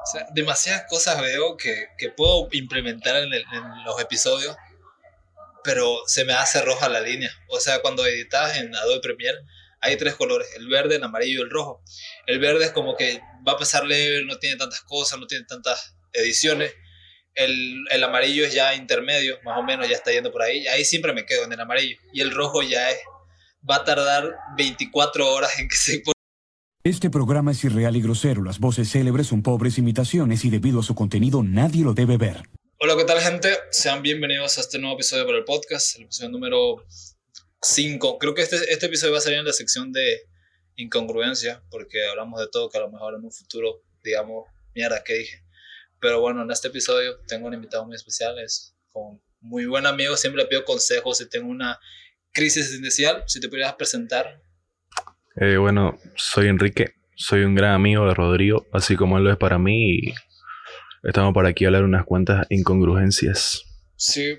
sea, demasiadas cosas veo que puedo implementar en los episodios, pero se me hace roja la línea. O sea, cuando editas en Adobe Premiere, hay tres colores, el verde, el amarillo y el rojo. El verde es como que va a pasar leve, no tiene tantas cosas, no tiene tantas ediciones. El amarillo es ya intermedio, más o menos, ya está yendo por ahí. Ahí siempre me quedo en el amarillo. Y el rojo ya es, va a tardar 24 horas en que se... Este programa es irreal y grosero. Las voces célebres son pobres imitaciones y debido a su contenido nadie lo debe ver. Hola, ¿qué tal, gente? Sean bienvenidos a este nuevo episodio para el podcast, el episodio número 5. Creo que este episodio va a salir en la sección de incongruencia, porque hablamos de todo que a lo mejor en un futuro, digamos, mierda, ¿qué dije? Pero bueno, en este episodio tengo un invitado muy especial, es como muy buen amigo, siempre le pido consejos si tengo una crisis existencial, si te pudieras presentar. Bueno, soy Enrique, soy un gran amigo de Rodrigo, así como él lo es para mí, y estamos para aquí a hablar unas cuantas incongruencias. Sí,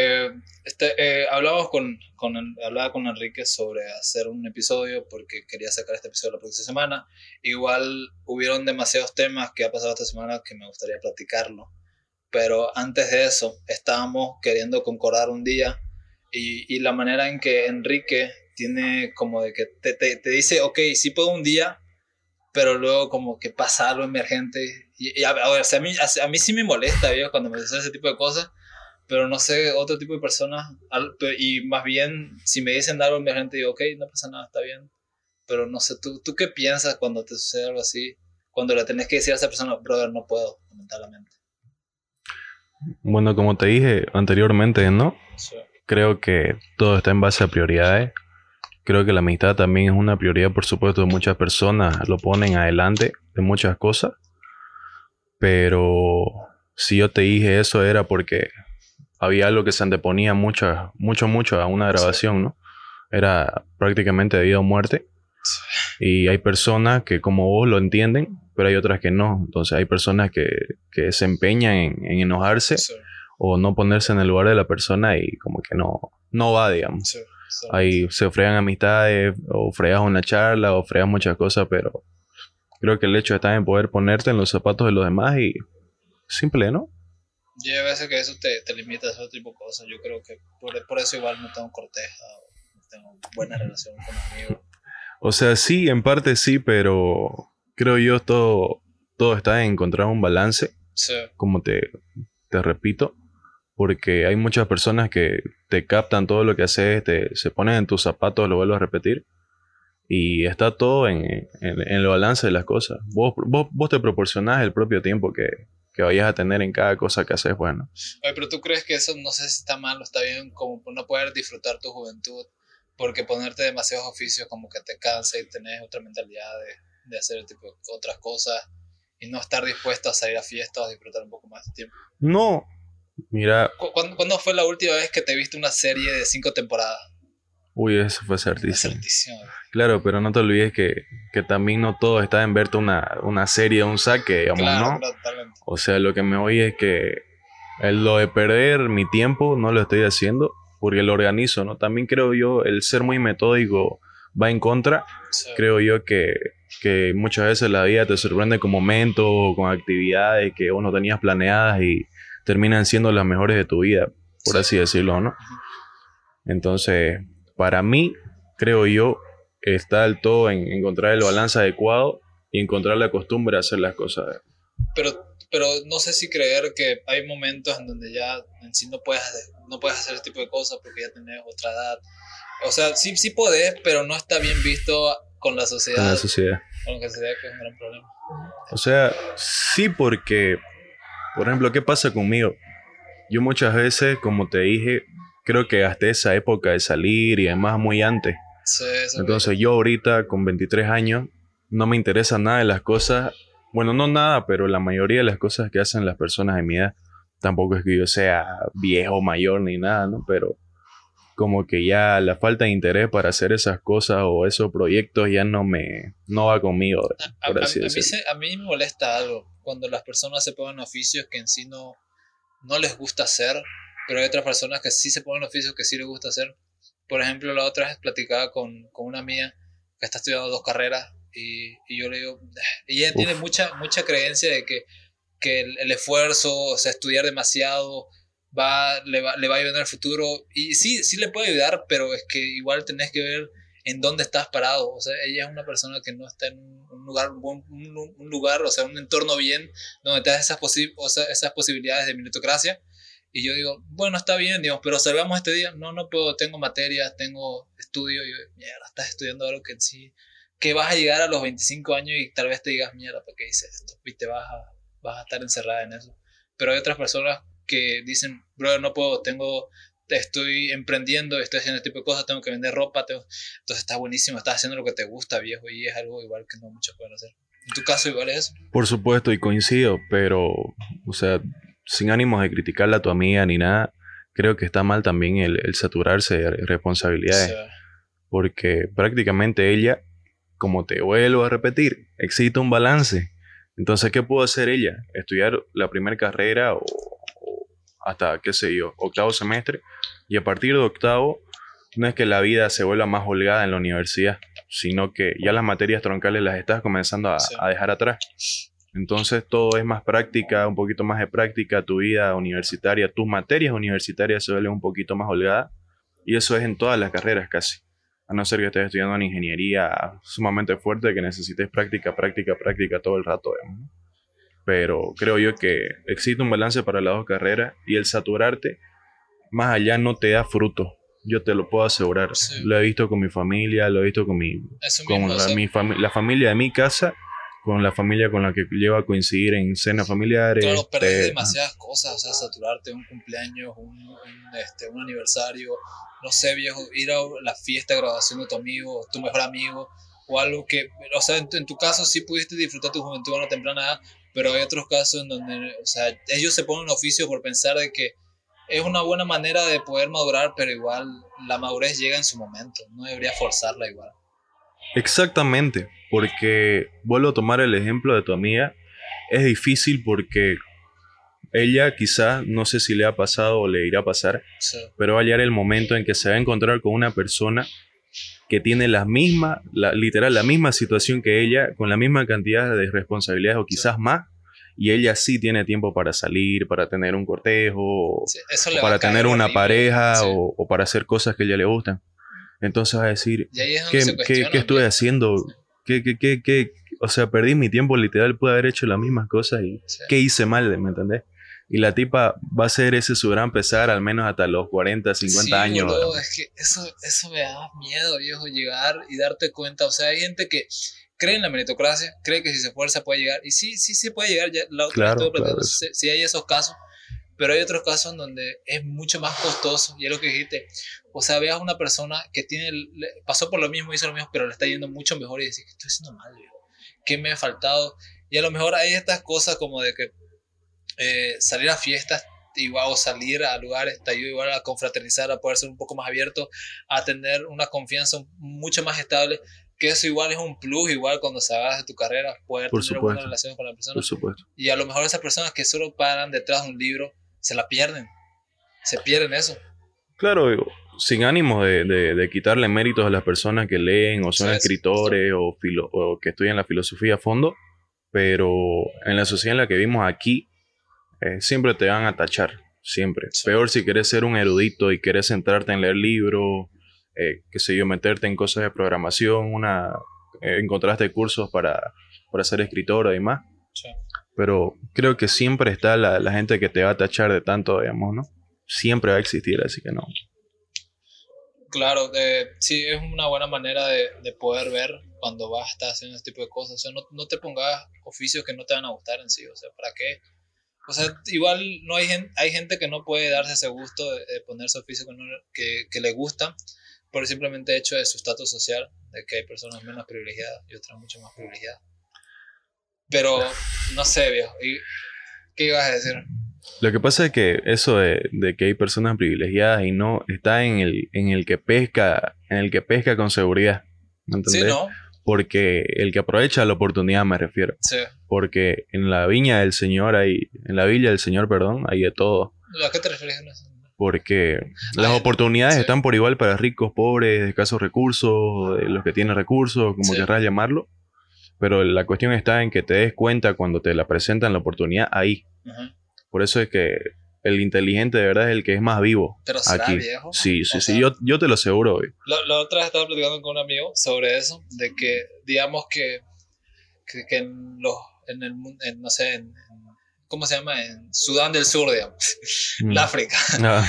hablaba con Enrique sobre hacer un episodio porque quería sacar este episodio la próxima semana. Igual hubieron demasiados temas que ha pasado esta semana que me gustaría platicarlo. Pero antes de eso, estábamos queriendo concordar un día y la manera en que Enrique tiene como de que te dice, ok, sí puedo un día, pero luego como que pasa algo emergente. A ver, o sea, a mí sí me molesta, ¿vio? Cuando me dicen ese tipo de cosas, pero no sé, otro tipo de personas, y más bien, si me dicen algo emergente, digo, ok, no pasa nada, está bien. Pero no sé, ¿tú qué piensas cuando te sucede algo así? Cuando le tenés que decir a esa persona, brother, no puedo, lamentablemente. Bueno, como te dije anteriormente, ¿no? Sí. Creo que todo está en base a prioridades. Creo que la amistad también es una prioridad, por supuesto, de muchas personas lo ponen adelante de muchas cosas. Pero si yo te dije eso era porque había algo que se anteponía mucho a una grabación, ¿no? Era prácticamente de vida o muerte. Y hay personas que como vos lo entienden, pero hay otras que no. Entonces hay personas que se empeñan en enojarse, Sí. o no ponerse en el lugar de la persona y como que no va, digamos. Sí, Ahí se fregan amistades, o fregas una charla, o fregas muchas cosas, pero creo que el hecho está en poder ponerte en los zapatos de los demás y simple, ¿no? Yo a veces que eso te limita a ese tipo de cosas. Yo creo que por eso igual no tengo corteja, no tengo buena relación con amigos. O sea, sí, en parte sí, pero creo yo todo está en encontrar un balance, Sí, como te repito, porque hay muchas personas que te captan todo lo que haces, se ponen en tus zapatos, lo vuelvo a repetir, y está todo en el balance de las cosas. Vos te proporcionás el propio tiempo que vayas a tener en cada cosa que haces, bueno. oye, pero tú crees que eso no sé si está mal o está bien, como por no poder disfrutar tu juventud, porque ponerte demasiados oficios como que te cansa y tenés otra mentalidad de hacer tipo de otras cosas y no estar dispuesto a salir a fiestas o disfrutar un poco más de tiempo. No, mira, ¿Cuándo fue la última vez que te viste una serie de 5 temporadas? uy, eso fue certísimo. Certísimo. Claro, pero no te olvides que también no todo está en verte una serie, un saque, digamos, Claro, ¿no? claro, totalmente. O sea, lo que me oye es que lo de perder mi tiempo no lo estoy haciendo porque lo organizo, ¿no? También creo yo, el ser muy metódico va en contra. Sí. Creo yo que muchas veces la vida te sorprende con momentos o con actividades que vos no tenías planeadas y terminan siendo las mejores de tu vida, por Sí. así decirlo, ¿no? Ujú. Entonces, para mí, creo yo, está el todo en encontrar el balance adecuado y encontrar la costumbre de hacer las cosas. Pero no sé si creer que hay momentos en donde ya en sí no puedes hacer ese tipo de cosas porque ya tenés otra edad. O sea, sí podés, pero no está bien visto con la sociedad. Con la sociedad. Con la sociedad, que es un gran problema. O sea, sí, porque, por ejemplo, ¿qué pasa conmigo? Yo muchas veces, como te dije, creo que hasta esa época de salir y demás muy antes. Sí, eso Entonces yo ahorita con 23 años no me interesa nada de las cosas, bueno, no nada, pero la mayoría de las cosas que hacen las personas de mi edad. Tampoco es que yo sea viejo, mayor ni nada, ¿no? Pero como que ya la falta de interés para hacer esas cosas o esos proyectos ya no va conmigo, por así decirlo. a mí me molesta algo cuando las personas se ponen oficios que en sí no les gusta hacer, pero hay otras personas que sí se ponen oficios que sí les gusta hacer. Por ejemplo, la otra vez platicaba con una mía que está estudiando 2 carreras y yo le digo, y ella tiene mucha creencia de que que el esfuerzo, o sea, estudiar demasiado, le va a ayudar en el futuro. Y sí, sí le puede ayudar, pero es que igual tenés que ver en dónde estás parado. O sea, ella es una persona que no está en un lugar, o sea, un entorno bien, donde te das esas posibilidades de meritocracia. Y yo digo, bueno, está bien, digamos, pero salgamos este día. No, no puedo, tengo materias, tengo estudio. Y yo, mierda, estás estudiando algo que sí, que vas a llegar a los 25 años y tal vez te digas, mierda, ¿para qué hice esto? Y te vas a estar encerrada en eso. Pero hay otras personas que dicen, brother, no puedo, estoy emprendiendo, estoy haciendo este tipo de cosas, tengo que vender ropa, entonces está buenísimo, estás haciendo lo que te gusta, viejo, y es algo igual que no muchos pueden hacer. ¿En tu caso igual es eso? Por supuesto, y coincido, pero, o sea, sin ánimos de criticarla a tu amiga ni nada, creo que está mal también el saturarse de responsabilidades, porque prácticamente ella, como te vuelvo a repetir, existe un balance. Entonces, ¿qué pudo hacer ella? Estudiar la primera carrera o hasta, qué sé yo, octavo semestre. Y a partir de octavo, no es que la vida se vuelva más holgada en la universidad, sino que ya las materias troncales las estás comenzando a dejar atrás. Entonces, todo es más práctica, un poquito más de práctica, tu vida universitaria, tus materias universitarias se vuelven un poquito más holgadas. Y eso es en todas las carreras casi. A no ser que estés estudiando una ingeniería sumamente fuerte que necesites práctica todo el rato, ¿no? Pero creo yo que existe un balance para las dos carreras y el saturarte más allá no te da fruto. Yo te lo puedo asegurar. Sí. Lo he visto con mi familia, lo he visto con la familia de mi casa, con la familia con la que llevo a coincidir en cenas familiares. Claro, perdés demasiadas cosas, o sea, saturarte un cumpleaños, un aniversario, no sé, viejo, ir a la fiesta de graduación de tu amigo, tu mejor amigo, o algo que, o sea, en tu caso sí pudiste disfrutar tu juventud a una temprana edad, pero hay otros casos en donde, o sea, ellos se ponen en oficio por pensar de que es una buena manera de poder madurar, pero igual la madurez llega en su momento, no debería forzarla igual. Exactamente, porque vuelvo a tomar el ejemplo de tu amiga, es difícil porque ella quizás, no sé si le ha pasado o le irá a pasar, sí, pero va a llegar el momento en que se va a encontrar con una persona que tiene literal la misma situación que ella, con la misma cantidad de responsabilidades o quizás sí, más, y ella sí tiene tiempo para salir, para tener un cortejo, sí, o para tener una pareja, sí, o para hacer cosas que a ella le gustan. Entonces va a decir, ¿qué estuve haciendo? Sí. O sea, perdí mi tiempo, literal, pude haber hecho las mismas cosas y sí, ¿qué hice mal? ¿Me entendés? Y la tipa va a ser ese su gran pesar, al menos hasta los 40, 50 sí, años. Boludo, es que eso me da miedo, viejo, llegar y darte cuenta. O sea, hay gente que cree en la meritocracia, cree que si se esfuerza puede llegar. Y sí se puede llegar. Claro, sí hay esos casos. Pero hay otros casos en donde es mucho más costoso. Y es lo que dijiste. O sea, veas a una persona que pasó por lo mismo, hizo lo mismo, pero le está yendo mucho mejor y decís, ¿qué estoy haciendo mal, viejo? ¿Qué me ha faltado? Y a lo mejor hay estas cosas como de que salir a fiestas igual, o salir a lugares te ayuda igual a confraternizar, a poder ser un poco más abierto, a tener una confianza mucho más estable, que eso igual es un plus, igual cuando salgas de tu carrera, poder tener buenas relaciones con la persona. Por supuesto. Y a lo mejor esas personas que solo paran detrás de un libro, se pierden eso. Claro, digo, sin ánimo de quitarle méritos a las personas que leen o son escritores o que estudian la filosofía a fondo, pero en la sociedad en la que vivimos aquí, siempre te van a tachar, siempre. Sí. Peor si querés ser un erudito y querés centrarte en leer libros, qué sé yo, meterte en cosas de programación, encontraste cursos para ser escritor y demás. Sí. Pero creo que siempre está la gente que te va a tachar de tanto, digamos, ¿no? Siempre va a existir, así que no. Claro, sí, es una buena manera de poder ver cuando vas a estar haciendo este tipo de cosas. O sea, no te pongas oficios que no te van a gustar en sí, o sea, ¿para qué? O sea, igual no hay gente que no puede darse ese gusto de ponerse oficios que le gustan por el simplemente hecho de su estatus social, de que hay personas menos privilegiadas y otras mucho más privilegiadas. Pero, no sé, viejo, ¿qué ibas a decir? Lo que pasa es que eso de que hay personas privilegiadas y no, está en el que pesca con seguridad, ¿me entendés? Sí, ¿no? Porque el que aprovecha la oportunidad, me refiero. Sí. Porque en la villa del Señor, hay de todo. ¿A qué te refieres con eso? Porque las oportunidades están por igual para ricos, pobres, de escasos recursos, de los que tienen recursos, como querrás llamarlo. Pero la cuestión está en que te des cuenta cuando te la presentan la oportunidad ahí. Ajá. Por eso es que el inteligente de verdad es el que es más vivo. Pero será aquí. viejo. Sí, sí, O sí. sea, Yo te lo aseguro, güey. La otra vez estaba platicando con un amigo sobre eso, de que digamos que en los, en el mundo, no sé, ¿cómo se llama? En Sudán del Sur, digamos, Mm. la África. Ah,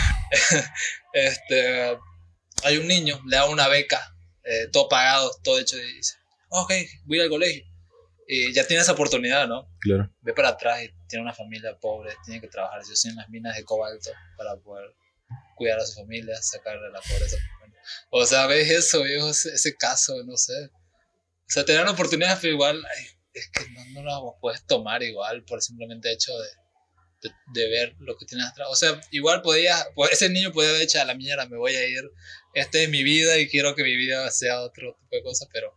Hay un niño, le da una beca, todo pagado, todo hecho, y dice, ok, voy al colegio. Y ya tiene esa oportunidad, ¿no? claro. Ve para atrás y tiene una familia pobre, tiene que trabajar, yo en las minas de cobalto para poder cuidar a su familia, sacarle la pobreza. O sea, ves eso, viejo, ese caso, no sé. O sea, te dan oportunidades, pero igual, ay, es que no las puedes tomar igual por simplemente hecho de ver lo que tienes atrás. O sea, igual ese niño podía haber dicho a la mierda, me voy a ir, esta es mi vida y quiero que mi vida sea otro tipo de cosas, pero...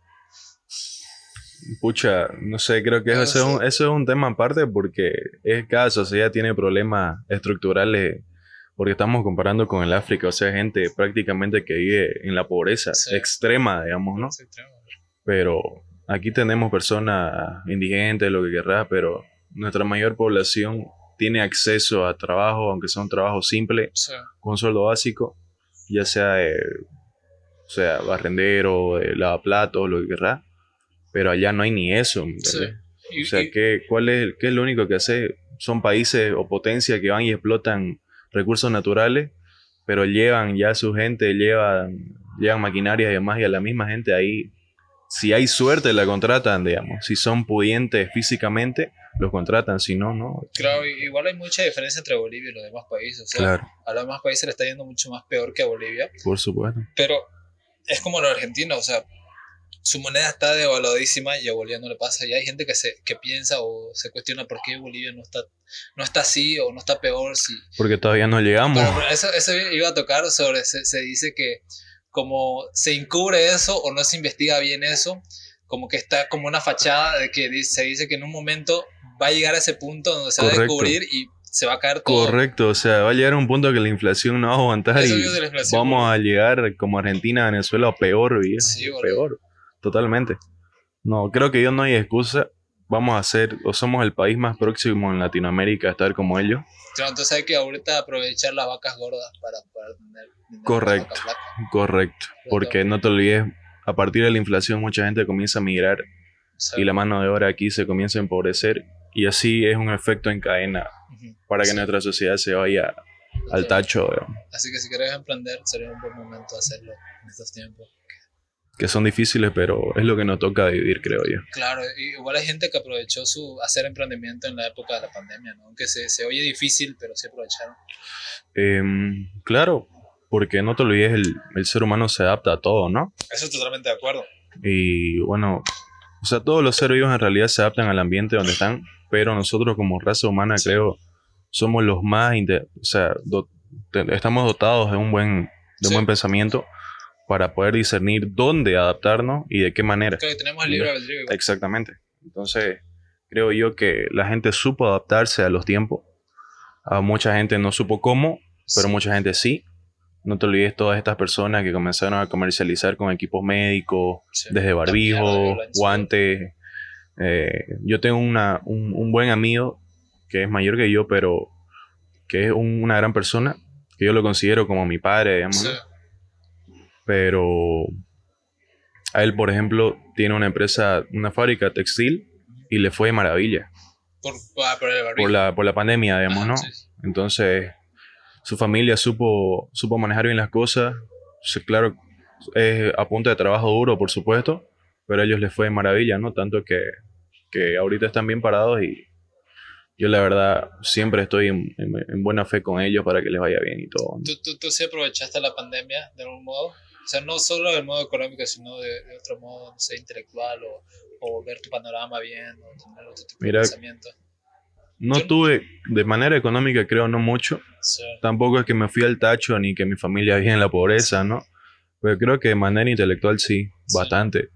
Pucha, no sé, creo que No eso sé. es un tema aparte porque cada sociedad tiene problemas estructurales, porque estamos comparando con el África, o sea, gente prácticamente que vive en la pobreza Sí. extrema, digamos, ¿no? Sí, tremendo. Pero aquí tenemos personas indigentes, lo que querrás, pero nuestra mayor población tiene acceso a trabajo, aunque sea un trabajo simple, Sí. con un sueldo básico, ya sea, o sea, barrendero, lavaplatos, lo que querrás, pero allá no hay ni eso, ¿me Sí. entiendes? Y- O sea, y- ¿qué es lo único que hace? Son países o potencias que van y explotan recursos naturales, pero llevan ya a su gente, llevan maquinarias y demás, y a la misma gente ahí, si hay suerte, la contratan, digamos. Si son pudientes físicamente, los contratan, si no, no. Claro, igual hay mucha diferencia entre Bolivia y los demás países. O sea, Claro, a los demás países le está yendo mucho más peor que a Bolivia. por supuesto. Pero es como los argentinos, o sea, su moneda está devaluadísima y a Bolivia no le pasa. Y hay gente que piensa o se cuestiona por qué Bolivia no está así o no está peor. Porque todavía no llegamos. Pero eso iba a tocar sobre, se dice que como se encubre eso o no se investiga bien eso, como que está como una fachada de que se dice que en un momento va a llegar a ese punto donde se va a Correcto. descubrir y se va a caer todo. Correcto, o sea, va a llegar un punto que la inflación no va a aguantar Eso y es de la inflación, vamos boludo. a llegar como Argentina, Venezuela, o peor, viejo. Sí, boludo. Peor, totalmente. No, creo que yo no hay excusa. Vamos a ser, o somos el país más próximo en Latinoamérica a estar como ellos. Claro, entonces hay que ahorita aprovechar las vacas gordas para poder tener dinero. Correcto. Para vacas flacas. Correcto, porque no te olvides, a partir de la inflación mucha gente comienza a migrar O sea, y la mano de obra aquí se comienza a empobrecer y así es un efecto en cadena ujú. para que Sí. nuestra sociedad se vaya al tacho, digamos. Así que si querés emprender, sería un buen momento hacerlo en estos tiempos. Que son difíciles, pero es lo que nos toca vivir, creo yo. Claro, igual hay gente que aprovechó hacer emprendimiento en la época de la pandemia, ¿no? Aunque se oye difícil, pero sí aprovecharon. Claro, porque no te olvides, el ser humano se adapta a todo, ¿no? Eso totalmente de acuerdo. Y bueno, o sea, todos los seres vivos en realidad se adaptan al ambiente donde están, pero nosotros como raza humana, Sí. creo, somos los más, o sea, estamos dotados de un buen Sí. pensamiento para poder discernir dónde adaptarnos y de qué manera. Creo que tenemos el libre albedrío igual. Exactamente. Entonces, creo yo que la gente supo adaptarse a los tiempos. A mucha gente no supo cómo, pero Sí. mucha gente sí. No te olvides todas estas personas que comenzaron a comercializar con equipos médicos, Sí. desde La mierda de barbijo, violencia. guantes. Yo tengo un buen amigo que es mayor que yo, pero que es una gran persona, que yo lo considero como mi padre, digamos, Sí. ¿no? Pero a él, por ejemplo, tiene una empresa, una fábrica textil y le fue de maravilla Por el barbijo. por la pandemia, digamos, Ajá, ¿no? sí. Entonces, su familia supo manejar bien las cosas. Sí, claro, a punta de trabajo duro, por supuesto, pero a ellos les fue de maravilla, ¿no? Tanto que ahorita están bien parados y yo la verdad siempre estoy en buena fe con ellos para que les vaya bien y todo, ¿no? ¿Tú sí aprovechaste la pandemia de algún modo? O sea, no solo del modo económico, sino de otro modo, no sé, intelectual o ver tu panorama bien o tener otro tipo Mira, de pensamiento. No Yo- tuve, de manera económica creo, no mucho. Sí. Tampoco es que me fui al tacho ni que mi familia vive en la pobreza, ¿no? Pero creo que de manera intelectual sí, Sí. bastante.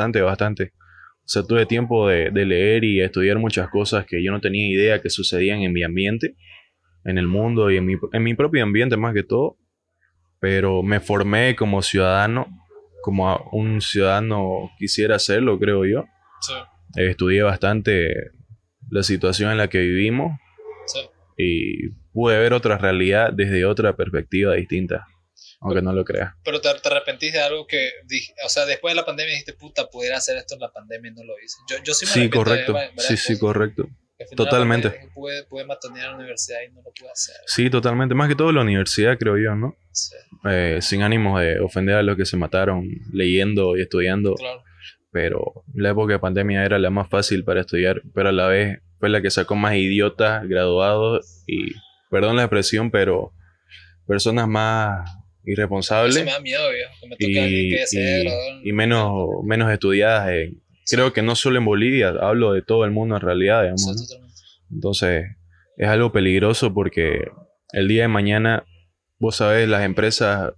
O sea, tuve tiempo de leer y estudiar muchas cosas que yo no tenía idea que sucedían en mi ambiente, en el mundo y en mi propio ambiente más que todo. Pero me formé como ciudadano, como un ciudadano quisiera serlo, creo yo. Sí. estudié bastante la situación en la que vivimos Sí. y pude ver otra realidad desde otra perspectiva distinta, aunque no lo creas. Pero te arrepentiste de algo que, o sea, después de la pandemia dijiste, puta, pudiera hacer esto en la pandemia y no lo hice. Yo sí me Sí, arrepiento correcto. de varias Sí, cosas. correcto. Que al final de la Totalmente. pandemia pude matonear en la universidad y no lo pude hacer. Sí, totalmente. Más que todo la universidad, creo yo, ¿no? Sí, Sin ánimos de ofender a los que se mataron leyendo y estudiando. claro. Pero la época de pandemia era la más fácil para estudiar, pero a la vez fue la que sacó más idiotas graduados y, perdón la expresión, pero personas más irresponsables Eso me da miedo, viejo. Que me toque alguien que ya se haya graduado. y menos estudiadas. Creo que no solo en Bolivia, hablo de todo el mundo en realidad, digamos, Sí, ¿no? totalmente. Entonces es algo peligroso porque el día de mañana, vos sabés, las empresas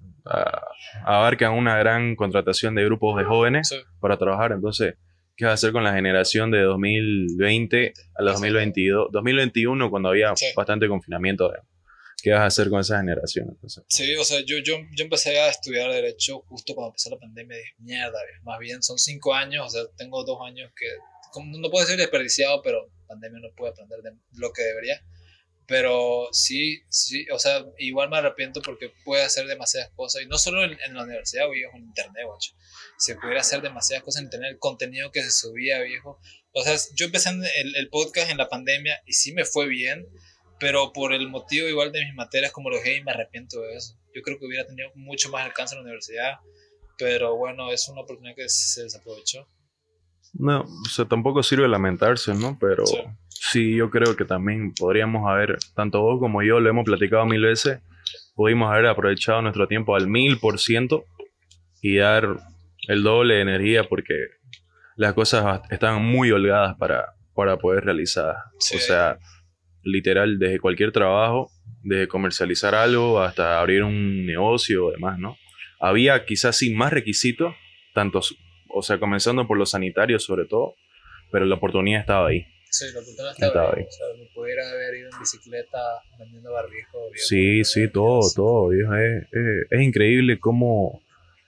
abarcan una gran contratación de grupos de jóvenes Sí. para trabajar. Entonces, ¿qué vas a hacer con la generación de 2020 a la 2022? 2021, cuando había Sí. bastante confinamiento, ¿qué vas a hacer con esa generación? Entonces, Sí, o sea, yo empecé a estudiar Derecho justo cuando empezó la pandemia. Dije, mierda, viejo. Más bien son 5 años, o sea, tengo 2 años que, no puedo decir desperdiciado, pero pandemia no pude aprender de lo que debería. Pero sí, o sea, igual me arrepiento porque puede hacer demasiadas cosas. Y no solo en la universidad, viejo, en internet, guacho. Se pudiera hacer demasiadas cosas en internet, el contenido que se subía, viejo. O sea, yo empecé el podcast en la pandemia y sí me fue bien, pero por el motivo igual de mis materias como los gays me arrepiento de eso. Yo creo que hubiera tenido mucho más alcance en la universidad, pero bueno, es una oportunidad que se desaprovechó. no, o sea, tampoco sirve lamentarse, ¿no? Pero Sí. sí, yo creo que también podríamos haber, tanto vos como yo lo hemos platicado 1000 veces, pudimos haber aprovechado nuestro tiempo al 1000% y dar el doble de energía porque las cosas estaban muy holgadas para poder realizar. Sí. O sea, literal, desde cualquier trabajo, desde comercializar algo hasta abrir un negocio o demás, ¿no? Había quizás sí más requisitos, tantos, o sea, comenzando por los sanitarios sobre todo, pero la oportunidad estaba ahí. Sí, la oportunidad Estaba estaba ahí. bien. O sea, me pudiera haber ido en bicicleta vendiendo barbijo. Viejo. Sí, sí, todo, viejo. Es increíble cómo,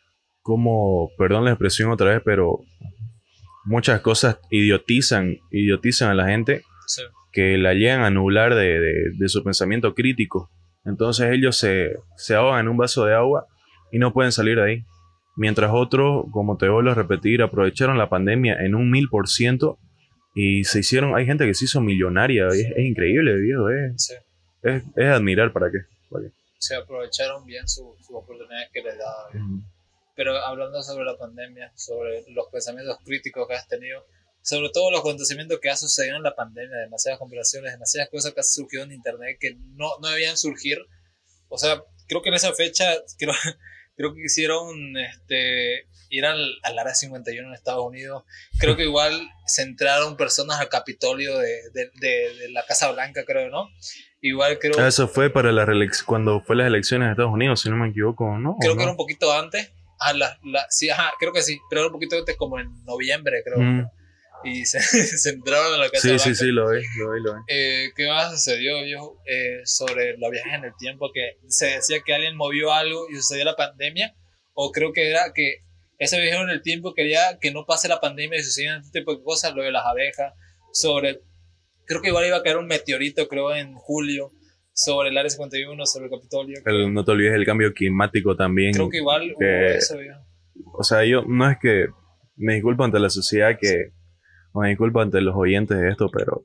perdón la expresión otra vez, pero muchas cosas idiotizan a la gente Sí, que la llegan a nublar de su pensamiento crítico. Entonces ellos se ahogan en un vaso de agua y no pueden salir de ahí. Mientras otros, como te vuelvo a repetir, aprovecharon la pandemia en un 1000% y hay gente que se hizo millonaria. Es increíble, viejo. sí. Es admirar para qué. Se aprovecharon bien sus oportunidades que les daba. Viejo. Pero hablando sobre la pandemia, sobre los pensamientos críticos que has tenido, sobre todo los acontecimientos que ha sucedido en la pandemia, demasiadas conversaciones, demasiadas cosas que han surgido en internet que no debían surgir. O sea, creo que en esa fecha, creo que quisieron ir al Área 51 en Estados Unidos. Creo que igual se entraron personas al Capitolio de la Casa Blanca, creo, ¿no? Igual creo... Eso fue para cuando fue las elecciones de Estados Unidos, si no me equivoco, ¿no? Creo ¿O que no? era un poquito antes. Sí, ajá, creo que sí, pero era un poquito antes, como en noviembre, creo. Mm. Y se entraron en la Casa Sí, Blanca. sí, lo vi. ¿Qué más sucedió, viejo? Sobre los viajes en el tiempo, que se decía que alguien movió algo y sucedió la pandemia, o creo que era que ese viajero en el tiempo quería que no pase la pandemia y sucedieran este tipo de cosas, lo de las abejas, creo que igual iba a caer un meteorito, creo, en julio, sobre el Área 51, sobre el Capitolio. No te olvides del cambio climático también. Creo que igual hubo eso, viejo. O sea, yo no es que me disculpo ante la sociedad o me disculpo ante los oyentes de esto, pero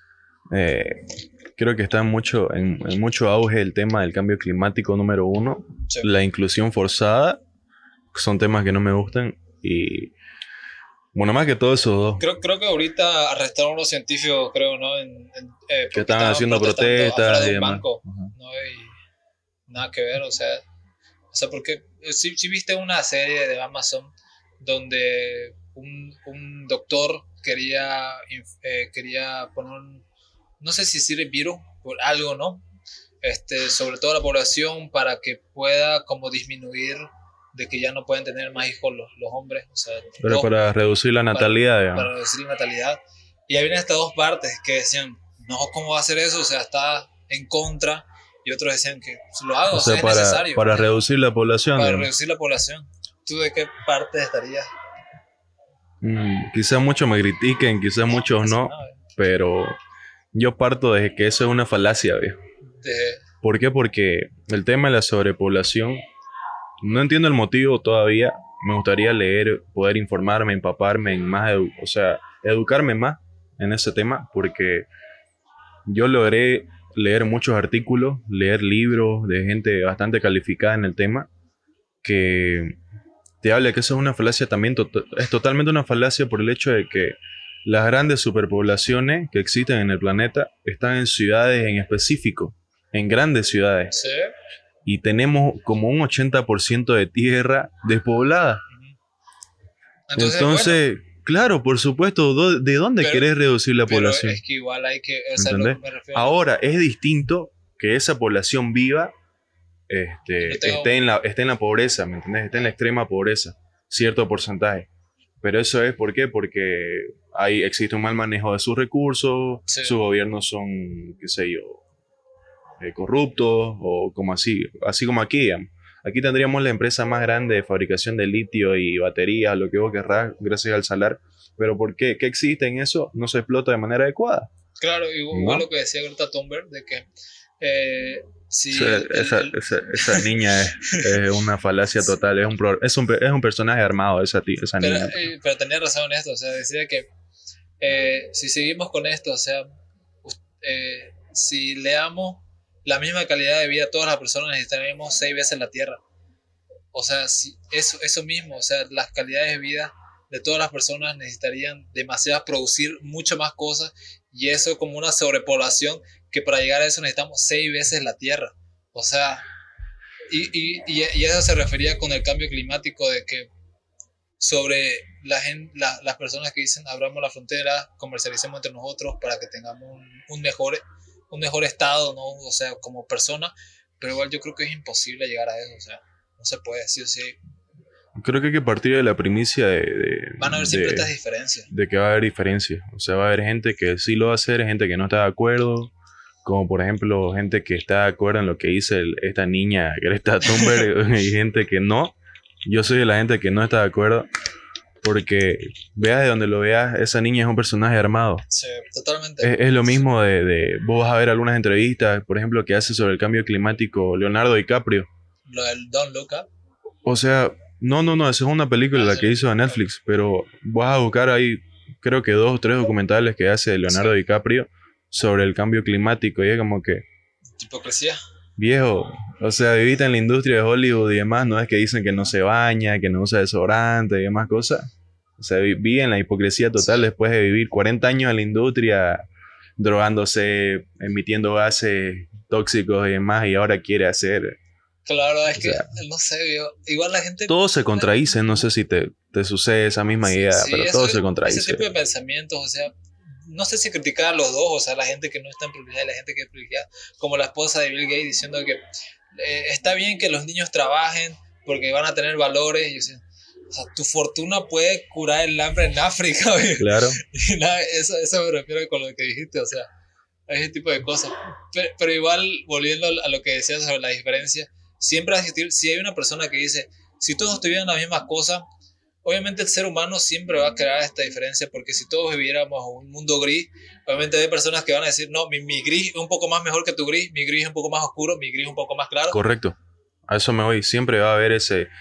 creo que está en mucho auge el tema del cambio climático número 1, Sí. la inclusión forzada, son temas que no me gustan y bueno, más que todo esos dos. Creo que ahorita arrestaron a unos científicos, creo, ¿no? Que estaban haciendo protestas afuera de y un demás. banco, Ajá. ¿no? Y nada que ver, o sea, porque si viste una serie de Amazon donde un doctor quería poner no sé si decir virus por algo, ¿no? Sobre toda la población para que pueda como disminuir de que ya no pueden tener más hijos los hombres, o sea, Pero para reducir la natalidad, digamos. para reducir la natalidad. Y había estas dos partes que decían, no, ¿cómo va a hacer eso? O sea, está en contra. Y otros decían que lo hago, O sea, es necesario. para reducir la población. Para digamos. reducir la población. ¿Tú de qué parte estarías? Quizás muchos me critiquen, quizás muchos no, pero yo parto de que eso es una falacia, viejo. ¿Por qué? Porque el tema de la sobrepoblación, no entiendo el motivo todavía. Me gustaría leer, poder informarme, empaparme en más, o sea, educarme más en ese tema, porque yo logré leer muchos artículos, leer libros de gente bastante calificada en el tema, que te habla que eso es una falacia también, es totalmente una falacia por el hecho de que las grandes superpoblaciones que existen en el planeta están en ciudades en específico, en grandes ciudades. Sí. Y tenemos como un 80% de tierra despoblada. Entonces, claro, por supuesto, ¿de dónde querés reducir la población? Es que igual hay que... ¿Entendés? Ahora, es distinto que esa población viva esté en la pobreza, ¿me entendés? Esté en la extrema pobreza, cierto porcentaje. Pero eso es, ¿por qué? Porque existe un mal manejo de sus recursos, sí. Sus gobiernos son, qué sé yo, corruptos, o como así como aquí, digamos. Aquí tendríamos la empresa más grande de fabricación de litio y baterías, lo que vos querrás, gracias al salar. Pero ¿por qué? ¿Qué existe en eso? No se explota de manera adecuada. Claro, igual lo que decía Greta Thunberg, de que si esa niña es una falacia total, es un personaje armado esa niña. Pero tenía razón en esto, o sea, decía que si seguimos con esto, o sea, si le damos la misma calidad de vida a todas las personas, necesitaríamos 6 veces la Tierra. O sea, si eso mismo, o sea, las calidades de vida de todas las personas necesitarían demasiadas, producir mucho más cosas, y eso como una sobrepoblación, que para llegar a eso necesitamos 6 veces la Tierra. O sea, y eso se refería con el cambio climático, de que sobre las personas que dicen abramos la frontera, comercialicemos entre nosotros para que tengamos un mejor estado, ¿no? O sea, como persona, pero igual yo creo que es imposible llegar a eso, o sea, no se puede, sí o sí. Creo que hay que partir de la primicia van a haber siempre estas diferencias. De que va a haber diferencias, o sea, va a haber gente que sí lo va a hacer, gente que no está de acuerdo, como por ejemplo gente que está de acuerdo en lo que dice esta niña Greta Thunberg y gente que no. Yo soy de la gente que no está de acuerdo, porque veas de donde lo veas, esa niña es un personaje armado. Sí, totalmente. Es lo mismo vos vas a ver algunas entrevistas, por ejemplo, que hace sobre el cambio climático Leonardo DiCaprio. Lo del Don't Look Up. O sea, no, esa es una película la que hizo de Netflix, pero vas a buscar ahí, creo que 2 o 3 documentales que hace Leonardo DiCaprio sobre el cambio climático, y es como que... Hipocresía. Viejo, o sea, viviste en la industria de Hollywood y demás, no es que dicen que no se baña, que no usa desodorante y demás cosas. O sea, viví en la hipocresía total después de vivir 40 años en la industria, drogándose, emitiendo gases tóxicos y demás, y ahora quiere hacer... Claro, es que, no sé, igual la gente... Todo se contradice, no sé si te sucede esa misma idea, sí, pero todo se contradice. Ese tipo de pensamientos, o sea, no sé si criticar a los dos, o sea, la gente que no está en privilegiada y la gente que es privilegiada, como la esposa de Bill Gates diciendo que está bien que los niños trabajen porque van a tener valores, y, o sea, tu fortuna puede curar el hambre en África, ¿ve? Claro. Y nada, eso me refiero con lo que dijiste, o sea, ese tipo de cosas. Pero igual, volviendo a lo que decías sobre la diferencia, siempre va a existir, si hay una persona que dice, si todos tuvieran las mismas cosas, obviamente el ser humano siempre va a crear esta diferencia, porque si todos viviéramos en un mundo gris, obviamente hay personas que van a decir, no, mi gris es un poco más mejor que tu gris, mi gris es un poco más oscuro, mi gris es un poco más claro. Correcto, a eso me voy, siempre va a haber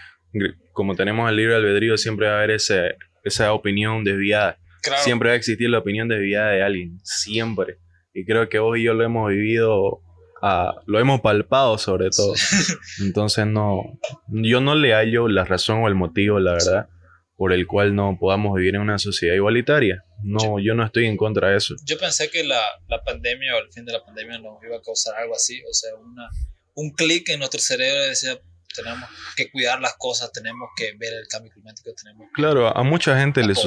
como tenemos el libre albedrío, siempre va a haber esa opinión desviada. Claro. Siempre va a existir la opinión desviada de alguien, siempre. Y creo que vos y yo lo hemos vivido, lo hemos palpado sobre todo. Entonces yo no le hallo la razón o el motivo, la verdad, por el cual no podamos vivir en una sociedad igualitaria. No, yo no estoy en contra de eso. Yo pensé que la pandemia o el fin de la pandemia nos iba a causar algo así, o sea, un clic en nuestro cerebro y decía, tenemos que cuidar las cosas, tenemos que ver el cambio climático, tenemos que... Claro, a mucha gente le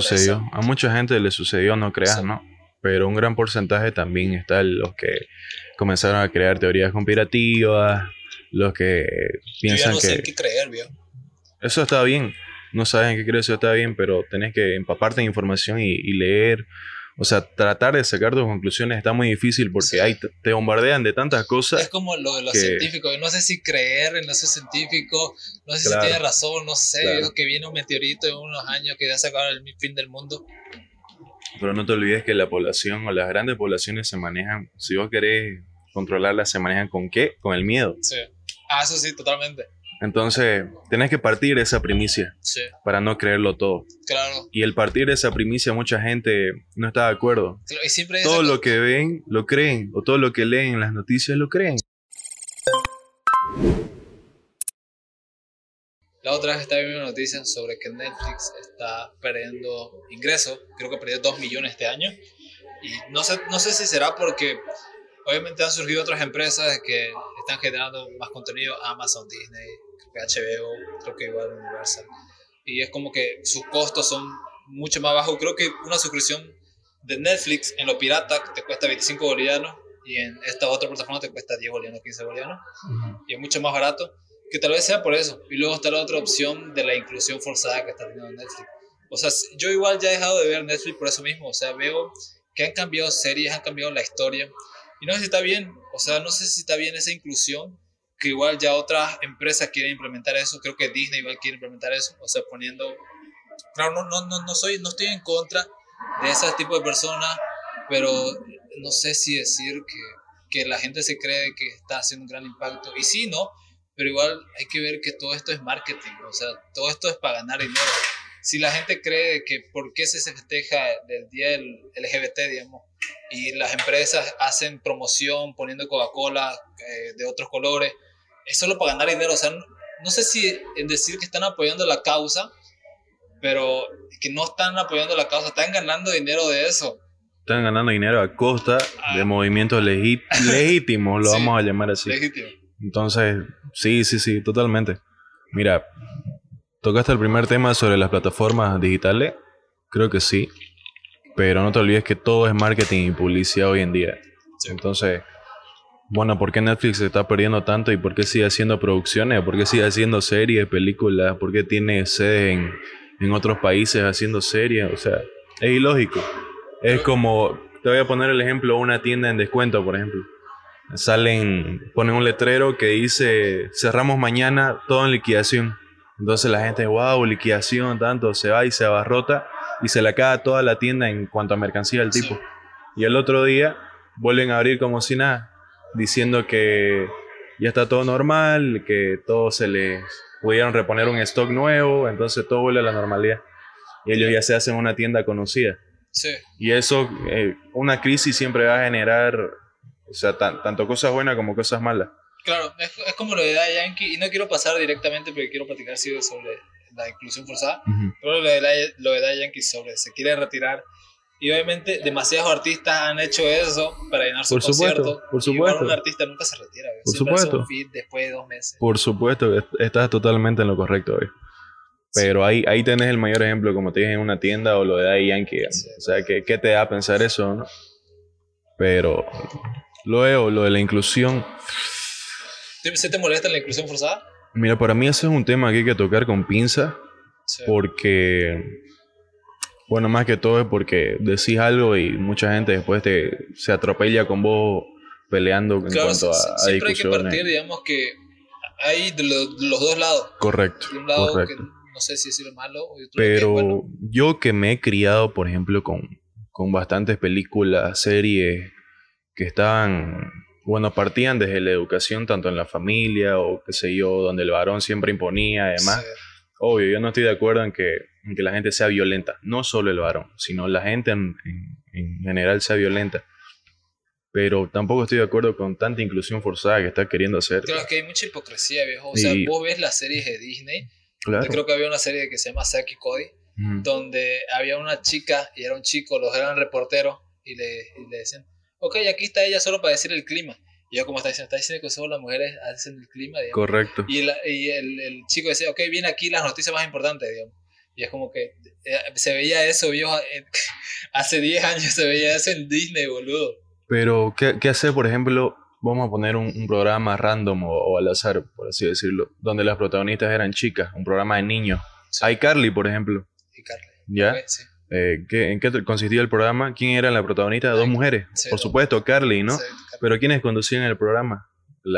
sucedió, no creas, sí. ¿No? Pero un gran porcentaje también está los que comenzaron a crear teorías conspirativas, los que piensan yo ya no sé en qué creer, ¿vio? Eso está bien, no sabes en qué creer, eso está bien, pero tenés que empaparte en información y leer. O sea, tratar de sacar tus conclusiones está muy difícil porque Sí. ahí te bombardean de tantas Es cosas como lo de los que- científicos. Yo no sé si creer en esos científicos, no sé Claro. si tiene razón, no sé, Claro. viejo, que viene un meteorito en unos años que ya se acaba el fin del mundo. Pero no te olvides que la población o las grandes poblaciones se manejan, si vos querés controlarlas, se manejan ¿con qué? Con el miedo. Sí. Ah, eso sí, totalmente. Entonces, tenés que partir de esa primicia Sí, para no creerlo todo. claro. Y el partir de esa primicia, mucha gente no está de acuerdo. Y siempre hay Todo esa lo que ven, lo creen. O todo lo que leen en las noticias, lo creen. La otra vez estaba viendo noticias sobre que Netflix está perdiendo ingresos. Creo que perdió 2 millones este año. Y no sé si será porque obviamente han surgido otras empresas que están generando más contenido. Amazon, Disney, creo que HBO, creo que igual Universal. Y es como que sus costos son mucho más bajos. Creo que una suscripción de Netflix en lo pirata te cuesta 25 bolivianos y en esta otra plataforma te cuesta 10 bolivianos, 15 bolivianos. Y es mucho más barato. Que tal vez sea por eso. Y luego está la otra opción de la inclusión forzada que está teniendo Netflix. O sea, yo igual ya he dejado de ver Netflix por eso mismo. O sea, veo que han cambiado series, han cambiado la historia. Y no sé si está bien. O sea, no sé si está bien esa inclusión. Que igual ya otras empresas quieren implementar eso. Creo que Disney igual quiere implementar eso. O sea, poniendo... Claro, no estoy en contra de ese tipo de personas. Pero no sé si decir que la gente se cree que está haciendo un gran impacto. Y sí, ¿no? Pero igual hay que ver que todo esto es marketing, o sea, todo esto es para ganar dinero. Si la gente cree que por qué se festeja el día del LGBT, digamos, y las empresas hacen promoción poniendo Coca-Cola de otros colores, es solo para ganar dinero. O sea, no sé si en decir que están apoyando la causa, pero que no están apoyando la causa, están ganando dinero de eso. Están ganando dinero a costa de movimientos legítimos, lo Sí, vamos a llamar así. Legítimo. Entonces, sí, totalmente. Mira, tocaste el primer tema sobre las plataformas digitales. Creo que sí. Pero no te olvides que todo es marketing y publicidad hoy en día. Sí. Entonces, bueno, ¿por qué Netflix se está perdiendo tanto? ¿Y por qué sigue haciendo producciones? ¿Por qué sigue haciendo series, películas? ¿Por qué tiene sede en otros países haciendo series? O sea, es ilógico. Es como, te voy a poner el ejemplo, una tienda en descuento, por ejemplo. Ponen un letrero que dice, cerramos mañana, todo en liquidación. Entonces la gente, wow, liquidación, tanto, se va y se abarrota y se le acaba toda la tienda en cuanto a mercancía del tipo. Sí. Y el otro día vuelven a abrir como si nada, diciendo que ya está todo normal, que todo se les pudieron reponer un stock nuevo, entonces todo vuelve a la normalidad. Y ellos ya se hacen una tienda conocida. Sí. Y eso, una crisis siempre va a generar, o sea, tanto cosas buenas como cosas malas. Claro, es como lo de Daddy Yankee, y no quiero pasar directamente porque quiero platicar sí, sobre la inclusión forzada, pero lo de Daddy Yankee sobre se quiere retirar, y obviamente demasiados artistas han hecho eso para llenar su Por supuesto, concierto, por y igual supuesto. un artista nunca se retira, ¿ves? Por Siempre hace supuesto. un feat después de 2 meses. Por supuesto, estás totalmente en lo correcto hoy. Pero ahí tenés el mayor ejemplo, como te dije, en una tienda o lo de Daddy Yankee. Sí. O sea, ¿qué te da a pensar eso, no? Pero luego, lo de la inclusión, ¿Se te molesta la inclusión forzada? mira, para mí ese es un tema que hay que tocar con pinza, Sí. porque, bueno, más que todo es porque decís algo y mucha gente después se atropella con vos peleando en Claro, cuanto a siempre hay que discusiones. partir, digamos que hay de los dos lados. Correcto, De un lado correcto. que no sé si decirlo malo, y otro Pero que, bueno, yo que me he criado, por ejemplo, con bastantes películas, series que estaban, bueno, partían desde la educación, tanto en la familia o qué sé yo, donde el varón siempre imponía, además. sí. Obvio, yo no estoy de acuerdo en que la gente sea violenta, no solo el varón, sino la gente en general sea violenta. Pero tampoco estoy de acuerdo con tanta inclusión forzada que está queriendo hacer. Claro, es que hay mucha hipocresía, viejo. O sea, Y- vos ves las series de Disney. Claro. Yo creo que había una serie que se llama Zack y Cody, Ujú. donde había una chica y era un chico, los eran reporteros, y le decían, ok, aquí está ella solo para decir el clima. Y yo como está diciendo que solo las mujeres hacen el clima, digamos. Correcto. Y el chico decía, ok, viene aquí las noticias más importantes, digamos. Y es como que se veía eso, viejo, hace 10 años se veía eso en Disney, boludo. Pero, ¿qué hacer, por ejemplo? Vamos a poner un programa random o al azar, por así decirlo, donde las protagonistas eran chicas, un programa de niños. Sí. iCarly, por ejemplo, Y Carly. ¿ya? Ok, sí. ¿En qué consistía el programa? ¿Quién era la protagonista? Dos mujeres. Sí, Por supuesto, Carly, ¿no? Sí, Pero ¿quiénes conducían el programa?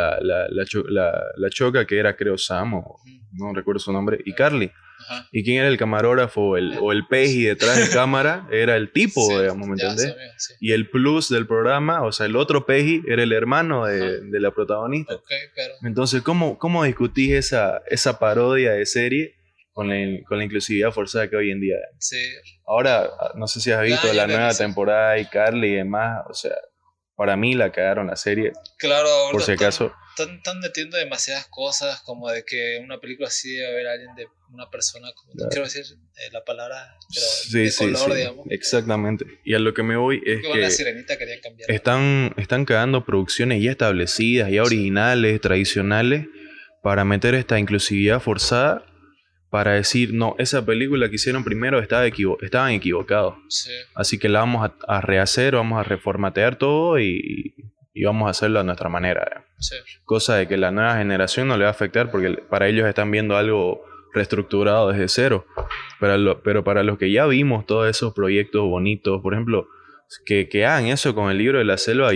La choca que era, creo, Sam, o no recuerdo su nombre, y Carly. ajá. ¿Y quién era el camarógrafo o el peji detrás de cámara? Era el tipo, Sí, digamos, ¿me ya entendés? sabía, sí. Y el plus del programa, o sea, el otro peji era el hermano de la protagonista. Ok, pero... Entonces, ¿cómo discutís esa parodia de serie con la inclusividad forzada que hoy en día hay? Sí, Ahora, no sé si has visto ya la me nueva dice. temporada y Carly y demás, o sea, para mí la cagaron la serie, Claro, por ahorita si acaso. están metiendo demasiadas cosas, como de que una película así debe haber alguien de una persona, como, no Claro. quiero decir la palabra, pero Sí, de sí, color, sí, digamos. exactamente. Y a lo que me voy es Que con la que sirenita querían cambiar. están cagando producciones ya establecidas, ya originales, tradicionales, para meter esta inclusividad forzada, para decir, no, esa película que hicieron primero estaban equivocados. Sí, Así que la vamos a rehacer, vamos a reformatear todo y vamos a hacerlo a nuestra manera. sí. Cosa de que la nueva generación no le va a afectar porque para ellos están viendo algo reestructurado desde cero. Pero para los que ya vimos todos esos proyectos bonitos, por ejemplo, que hagan eso con el libro de la selva,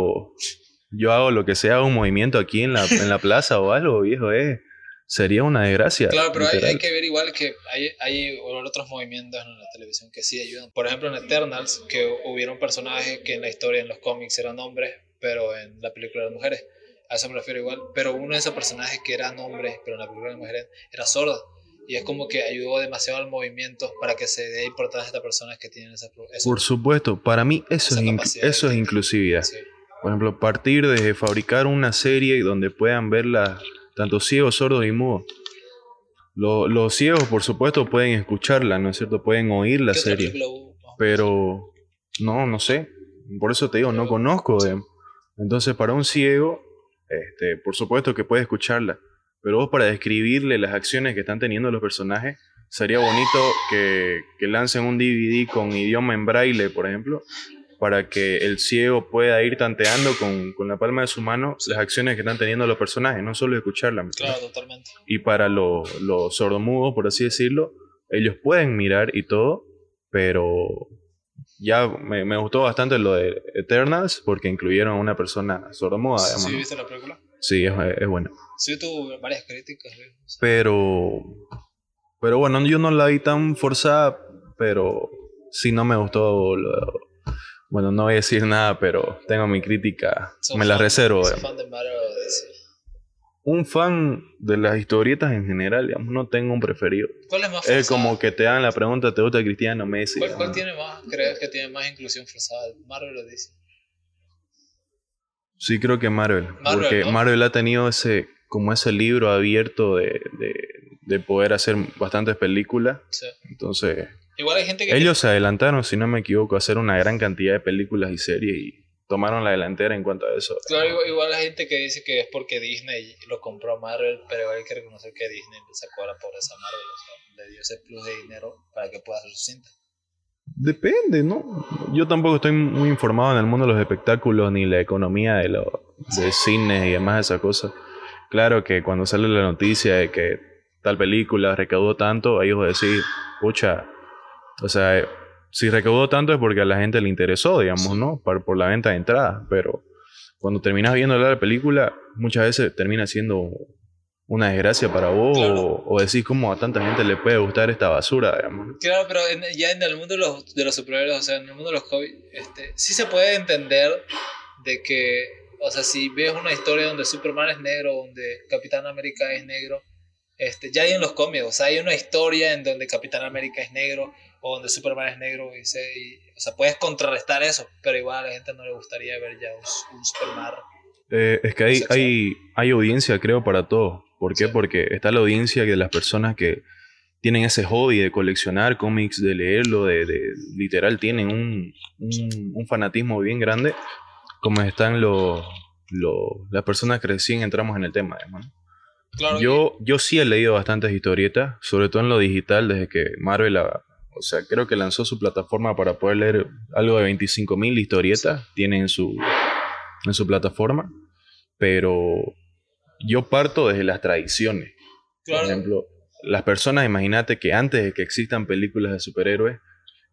yo hago lo que sea, un movimiento aquí en la plaza o algo, viejo, sería una desgracia. Claro, pero hay literal. que ver igual que hay otros movimientos en la televisión que sí ayudan. Por ejemplo, en Eternals, que hubieron personajes que en la historia, en los cómics, eran hombres, pero en la película eran mujeres. A eso me refiero igual. Pero uno de esos personajes que eran hombres, pero en la película eran mujeres, era sordo. Y es como que ayudó demasiado al movimiento para que se dé importancia a estas personas que tienen esa Por supuesto, para mí eso esa es, capacidad eso es de- inclusividad. Sí, Por ejemplo, partir de fabricar una serie donde puedan verla tanto ciegos, sordos y mudos. Los ciegos, por supuesto, pueden escucharla, ¿no es cierto? Pueden oír la ¿qué otra serie. película hubo? Pero no sé. Por eso te digo, no conozco. Entonces, para un ciego, por supuesto que puede escucharla. Pero vos para describirle las acciones que están teniendo los personajes, sería bonito que lancen un DVD con idioma en braille, por ejemplo, para que el ciego pueda ir tanteando con la palma de su mano las acciones que están teniendo los personajes, no solo escucharlas. Claro, totalmente. Y para los sordomudos, por así decirlo, ellos pueden mirar y todo, pero ya me gustó bastante lo de Eternals porque incluyeron a una persona sordomuda, digamos, ¿Sí ¿no? viste la película? Sí, es bueno. Sí, tuvo varias críticas. ¿Sí? O sea, Pero bueno, yo no la vi tan forzada, pero sí no me gustó. Bueno, no voy a decir nada, pero tengo mi crítica, me la reservo. Soy fan de Marvel o DC. Un fan de las historietas en general, digamos, no tengo un preferido. ¿Cuál es más forzada? Es como que te dan la pregunta, ¿te gusta Cristiano Messi? ¿Cuál tiene más, crees que tiene más inclusión forzada? ¿Marvel o DC? Sí, creo que Marvel. Porque ¿no? Marvel ha tenido ese libro abierto de poder hacer bastantes películas. Sí. Entonces, Igual hay gente que... ellos se adelantaron, si no me equivoco, a hacer una gran cantidad de películas y series y tomaron la delantera en cuanto a eso. Claro, igual hay gente que dice que es porque Disney lo compró a Marvel, pero hay que reconocer que Disney le sacó a la pobreza a Marvel, o sea, le dio ese plus de dinero para que pueda hacer su cinta. Depende, ¿no? Yo tampoco estoy muy informado en el mundo de los espectáculos ni la economía de cine y demás esas cosas. Claro que cuando sale la noticia de que tal película recaudó tanto, ellos van a decir, pucha, o sea, si recaudó tanto es porque a la gente le interesó, digamos, ¿no? Por la venta de entradas, pero cuando terminas viendo la película, muchas veces termina siendo una desgracia para vos, Claro. o decís cómo a tanta gente le puede gustar esta basura, digamos. Claro, pero ya en el mundo de los superhéroes, o sea, en el mundo de los cómics, sí se puede entender de que, o sea, si ves una historia donde Superman es negro, donde Capitán América es negro, ya hay en los cómics, o sea, hay una historia en donde Capitán América es negro o donde Superman es negro o sea, puedes contrarrestar eso, pero igual a la gente no le gustaría ver ya un Superman. Es que hay audiencia, creo, para todo. ¿Por qué? Sí. Porque está la audiencia de las personas que tienen ese hobby de coleccionar cómics, de leerlo, literal, tienen un fanatismo bien grande, como están las personas que recién entramos en el tema, además. Claro, Yo sí he leído bastantes historietas, sobre todo en lo digital, desde que Marvel, o sea, creo que lanzó su plataforma para poder leer algo de 25.000 historietas, tiene en su plataforma, pero yo parto desde las tradiciones. claro. Por ejemplo, las personas, imagínate que antes de que existan películas de superhéroes,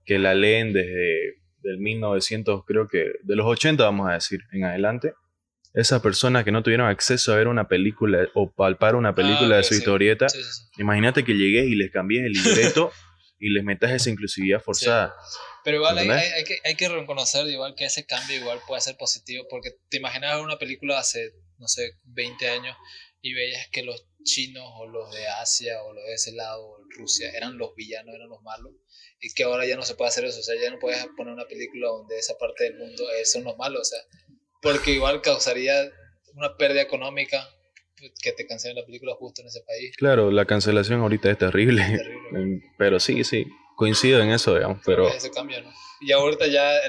que la leen desde del 1900, creo que de los 80 vamos a decir, en adelante. Esas personas que no tuvieron acceso a ver una película o palpar una película de su historieta, imagínate que llegues y les cambies el libreto y les metas esa inclusividad forzada. Sí. Pero igual hay que reconocer igual que ese cambio igual puede ser positivo, porque te imaginas una película hace, no sé, 20 años y veías que los chinos o los de Asia o los de ese lado, o Rusia, eran los villanos, eran los malos, y que ahora ya no se puede hacer eso, o sea, ya no puedes poner una película donde esa parte del mundo son los malos, o sea, porque igual causaría una pérdida económica que te cancelen la película justo en ese país. Claro, la cancelación ahorita es terrible, pero sí, coincido en eso, digamos, pero... Ese cambio, ¿no? Y ahorita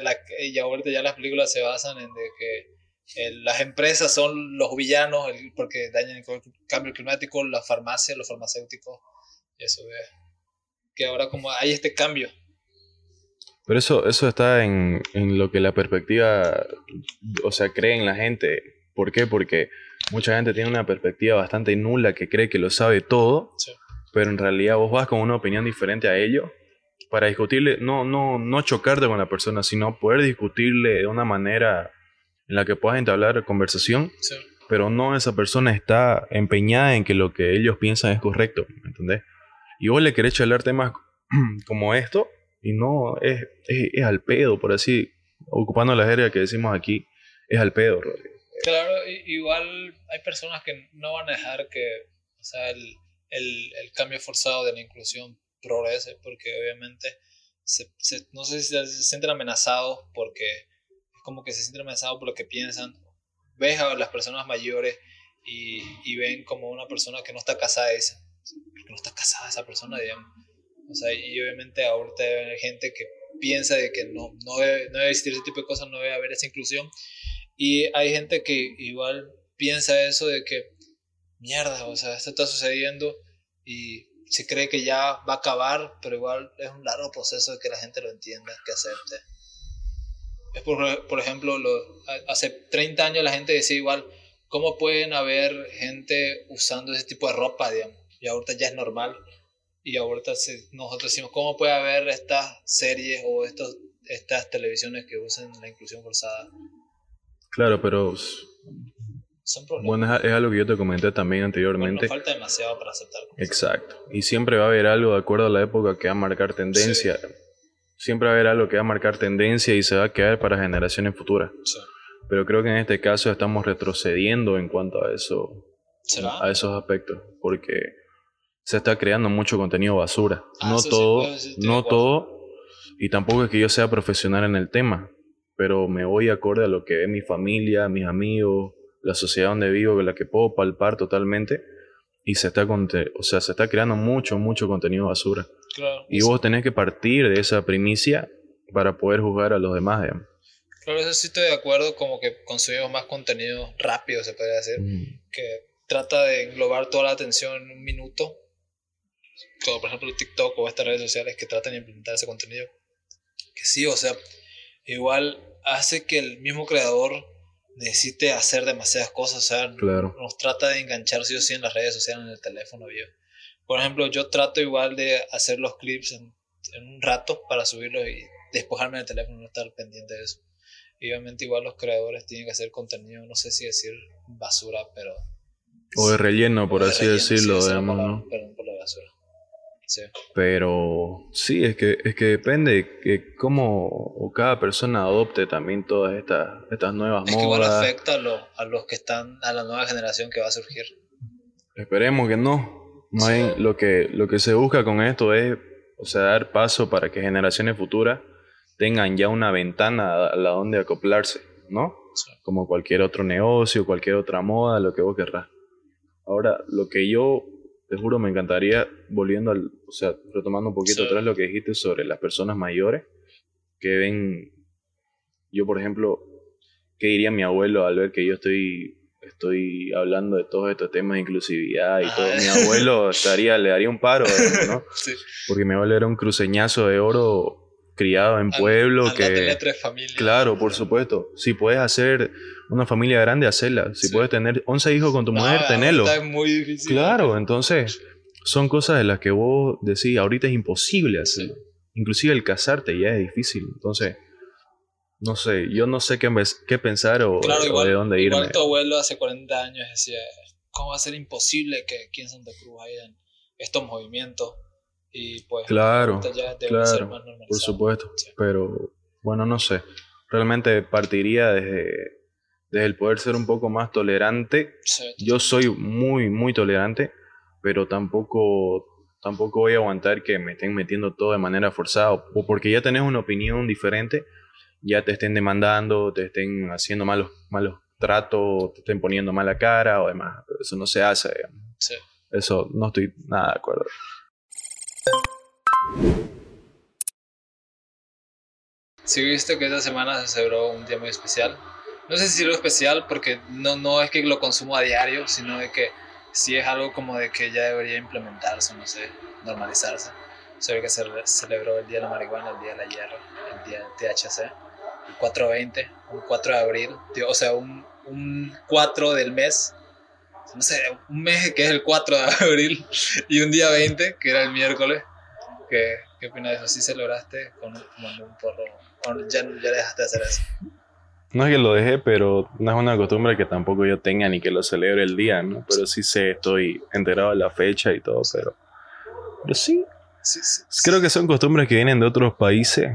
ya las películas se basan en de que las empresas son los villanos porque dañan el cambio climático, las farmacias, los farmacéuticos, y eso es que ahora como hay este cambio. Pero eso está en lo que la perspectiva, o sea, cree en la gente. ¿Por qué? Porque mucha gente tiene una perspectiva bastante nula que cree que lo sabe todo, sí. Pero en realidad vos vas con una opinión diferente a ellos para discutirle, no chocarte con la persona, sino poder discutirle de una manera en la que puedas entablar conversación, sí. Pero no esa persona está empeñada en que lo que ellos piensan es correcto, ¿me entendés? Y vos le querés charlar temas como esto, y no, es al pedo, por así, ocupando la jerga que decimos aquí, es al pedo, Rodrigo. Claro, igual hay personas que no van a dejar que, o sea, el cambio forzado de la inclusión progrese, porque obviamente no sé si se sienten amenazados porque es como que se sienten amenazados por lo que piensan. Ves a las personas mayores y ven como una persona que no está casada y dicen, ¿por qué no está casada esa persona? Digamos. O sea, y obviamente ahorita debe haber gente que piensa de que no debe existir ese tipo de cosas, no debe haber esa inclusión. Y hay gente que igual piensa eso de que, mierda, o sea, esto está sucediendo y se cree que ya va a acabar, pero igual es un largo proceso de que la gente lo entienda, que acepte. Es por ejemplo, hace 30 años la gente decía igual, ¿cómo pueden haber gente usando ese tipo de ropa, digamos? Y ahorita ya es normal. Y ahorita nosotros decimos, ¿cómo puede haber estas series o estas televisiones que usan la inclusión forzada? Claro, pero son problemas. Bueno, es algo que yo te comenté también anteriormente. Bueno, nos falta demasiado para aceptar. Exacto. Y siempre va a haber algo de acuerdo a la época que va a marcar tendencia. Sí. Siempre va a haber algo que va a marcar tendencia y se va a quedar para generaciones futuras. Sí. Pero creo que en este caso estamos retrocediendo en cuanto a eso, a esos aspectos, porque se está creando mucho contenido basura. No todo, y tampoco es que yo sea profesional en el tema, pero me voy acorde a lo que ve mi familia, mis amigos, la sociedad donde vivo, la que puedo palpar totalmente, y se está creando mucho contenido basura. Claro, y vos tenés que partir de esa primicia para poder juzgar a los demás, digamos. Claro, eso sí estoy de acuerdo, como que consumimos más contenido rápido, se podría decir, que trata de englobar toda la atención en un minuto, como por ejemplo TikTok o estas redes sociales que tratan de implementar ese contenido. Que sí, o sea, igual hace que el mismo creador necesite hacer demasiadas cosas, o sea, claro. Nos trata de enganchar sí o sí en las redes sociales, en el teléfono, viejo. Por ejemplo, yo trato igual de hacer los clips en un rato para subirlos y despojarme del teléfono, no estar pendiente de eso. Y obviamente igual los creadores tienen que hacer contenido, no sé si decir basura, pero... O de relleno, por así decirlo, digamos, ¿no? Perdón por la basura. Sí. Pero sí, es que depende de cómo cada persona adopte también todas estas nuevas modas. Es que igual afecta a los que están, a la nueva generación que va a surgir. Esperemos que no. Más bien, lo que se busca con esto es, o sea, dar paso para que generaciones futuras tengan ya una ventana a la donde acoplarse, ¿no? Sí. Como cualquier otro negocio, cualquier otra moda, lo que vos querrás. Ahora, lo que yo, te juro, me encantaría, volviendo o sea, retomando un poquito atrás lo que dijiste sobre las personas mayores, que ven, yo por ejemplo, ¿qué diría mi abuelo al ver que yo estoy hablando de todos estos temas de inclusividad y todo? Mi abuelo le daría un paro, ¿no? Sí. Porque mi abuelo era un cruceñazo de oro criado en pueblo que tenía 3 familias. Claro, por supuesto. Si puedes hacer una familia grande, hacerla. Si puedes tener 11 hijos con tu mujer, tenelo. Es muy difícil. Claro, entonces son cosas de las que vos decís, ahorita es imposible hacerlo. Sí. inclusive el casarte ya es difícil. Entonces, no sé, yo no sé qué pensar o, Claro, o de dónde irme. igual tu abuelo hace 40 años decía, ¿cómo va a ser imposible que aquí en Santa Cruz hayan estos movimientos? Y pues Claro, ahorita ya debe ser más por normalizado. supuesto. Sí. Pero, bueno, no sé. Realmente partiría desde el poder ser un poco más tolerante. Sí, Yo soy muy, muy tolerante, pero tampoco voy a aguantar que me estén metiendo todo de manera forzada. O porque ya tenés una opinión diferente, ya te estén demandando, te estén haciendo malos tratos, te estén poniendo mala cara o demás. Eso no se hace, digamos. sí. Eso no estoy nada de acuerdo. Sí, viste que esta semana se celebró un día muy especial. No sé si lo especial porque no es que lo consumo a diario, sino de que sí es algo como de que ya debería implementarse, no sé, normalizarse. Sobre que se celebró el Día de la Marihuana, el Día de la Hierba, el Día del THC, el 4/20, un 4 de abril, o sea, un 4 del mes, no sé, un mes que es el 4 de abril y un día 20, que era el miércoles. ¿Qué opinas de eso? ¿Sí celebraste fumando un porro? ¿O ya dejaste de hacer eso? No es que lo dejé, pero no es una costumbre que tampoco yo tenga ni que lo celebre el día, ¿no? Pero sí estoy enterado de la fecha y todo, pero sí. Sí. Creo que son costumbres que vienen de otros países,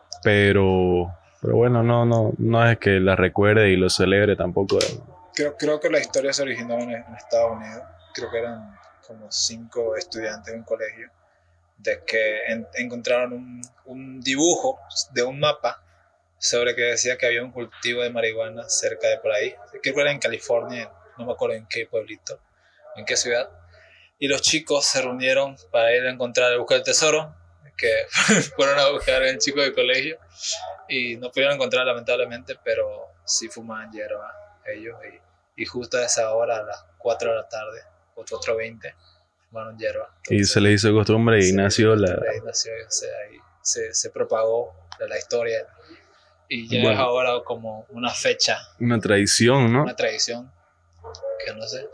pero bueno, no es que las recuerde y lo celebre tampoco. Creo que la historia se originó en Estados Unidos. Creo que eran como 5 estudiantes de un colegio de que encontraron un dibujo de un mapa sobre que decía que había un cultivo de marihuana cerca de por ahí. Creo que era en California, no me acuerdo en qué pueblito, en qué ciudad. Y los chicos se reunieron para ir a encontrar, a buscar el tesoro, que fueron a buscar el chico de colegio y no pudieron encontrar lamentablemente, pero sí fumaban hierba ellos y justo a esa hora, a las 4 de la tarde, 4:20, fumaron hierba. Entonces, y se le hizo costumbre y nació o sea, ahí se propagó la historia y ya es ahora como una fecha, una tradición, ¿no? una tradición que no sé,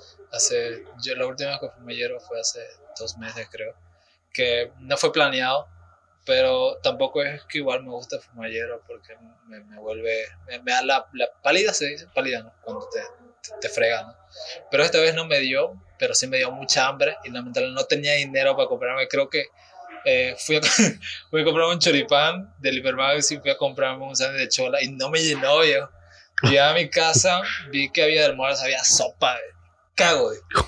yo la última vez que fumé hierba fue hace 2 meses creo, que no fue planeado, pero tampoco es que igual me gusta fumar hierba porque me vuelve, me da la pálida, se dice, pálida, ¿no? Cuando te frega, ¿no? Pero esta vez no me dio, pero sí me dio mucha hambre y lamentablemente no tenía dinero para comprarme, creo que fui a comprar un choripán del Hipermax y fui a comprarme un sándwich de chola y no me llenó, viejo. Llegué a mi casa, vi que había de almuerzo, había sopa, cago,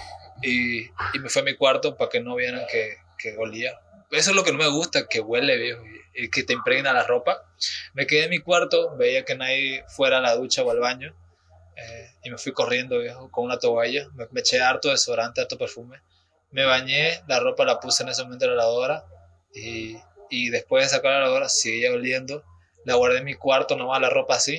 y me fui a mi cuarto para que no vieran que olía. Eso es lo que no me gusta, que huele, viejo, y que te impregna la ropa. Me quedé en mi cuarto, veía que nadie fuera a la ducha o al baño, y me fui corriendo, viejo, con una toalla. Me eché harto desodorante, harto perfume. Me bañé, la ropa la puse en ese momento en la lavadora, y después de sacar la lavadora seguía oliendo. La guardé en mi cuarto, nomás la ropa así,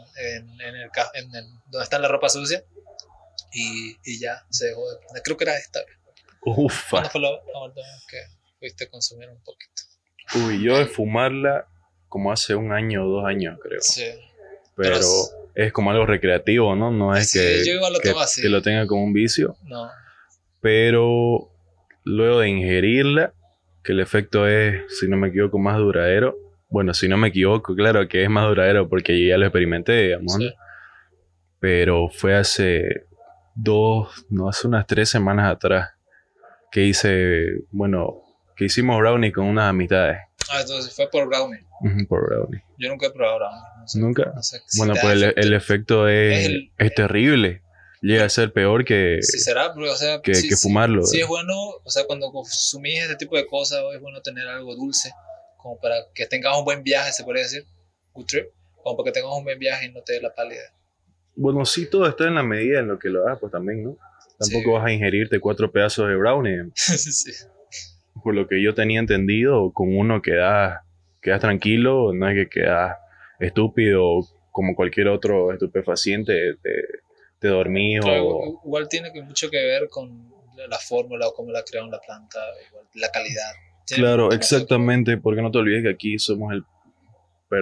donde está la ropa sucia, y ya se dejó de poner. Creo que era esta. Ufa. ¿Cuándo fue la última vez que fuiste a consumir un poquito? Uy, yo de fumarla como hace 1 año o 2 años, creo. Sí. Pero es como algo recreativo, ¿no? No es sí, yo igual lo tomo así. Que lo tenga como un vicio. No. Pero luego de ingerirla, que el efecto es, si no me equivoco, más duradero. Bueno, si no me equivoco, claro que es más duradero porque yo ya lo experimenté, digamos, ¿no? Sí. Pero fue hace unas 3 semanas atrás que hicimos brownie con unas amistades. Entonces fue por brownie. Por brownie. Yo nunca he probado brownie. No sé, ¿Nunca? No sé si Bueno, pues el efecto es terrible. Llega a ser peor que, sí será, pero, o sea, que fumarlo. Sí es bueno, o sea, cuando consumís este tipo de cosas, es bueno tener algo dulce, como para que tengas un buen viaje, se podría decir, good trip, como para que tengas un buen viaje y no te dé la pálida. Bueno, sí, todo está en la medida en lo que lo hagas, pues también, ¿no? Tampoco Sí. vas a ingerirte 4 pedazos de brownie. Sí. Por lo que yo tenía entendido, con uno quedas tranquilo, no es que quedas estúpido como cualquier otro estupefaciente, te dormís o... Igual tiene mucho que ver con la fórmula o cómo la crearon la planta, igual, la calidad. Claro, exactamente, porque no te olvides que aquí somos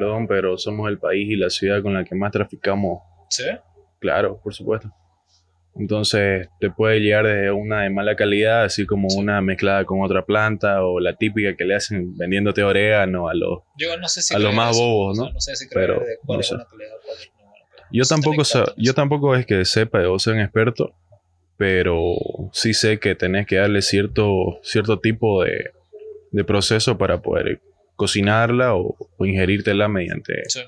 somos el país y la ciudad con la que más traficamos. ¿Sí? Claro, por supuesto. Entonces te puede llegar desde una de mala calidad, así como una mezclada con otra planta, o la típica que le hacen vendiéndote orégano Yo no sé si a los más eso, bobos, o ¿no? sea, no sé si creer Pero de cuál no es sé. buena calidad, cuál es no buena calidad. Yo No sé tan tampoco, experto en yo eso. tampoco es que sepa o sea un experto, pero sí sé que tenés que darle cierto tipo de proceso para poder cocinarla o ingerírtela mediante. Sí.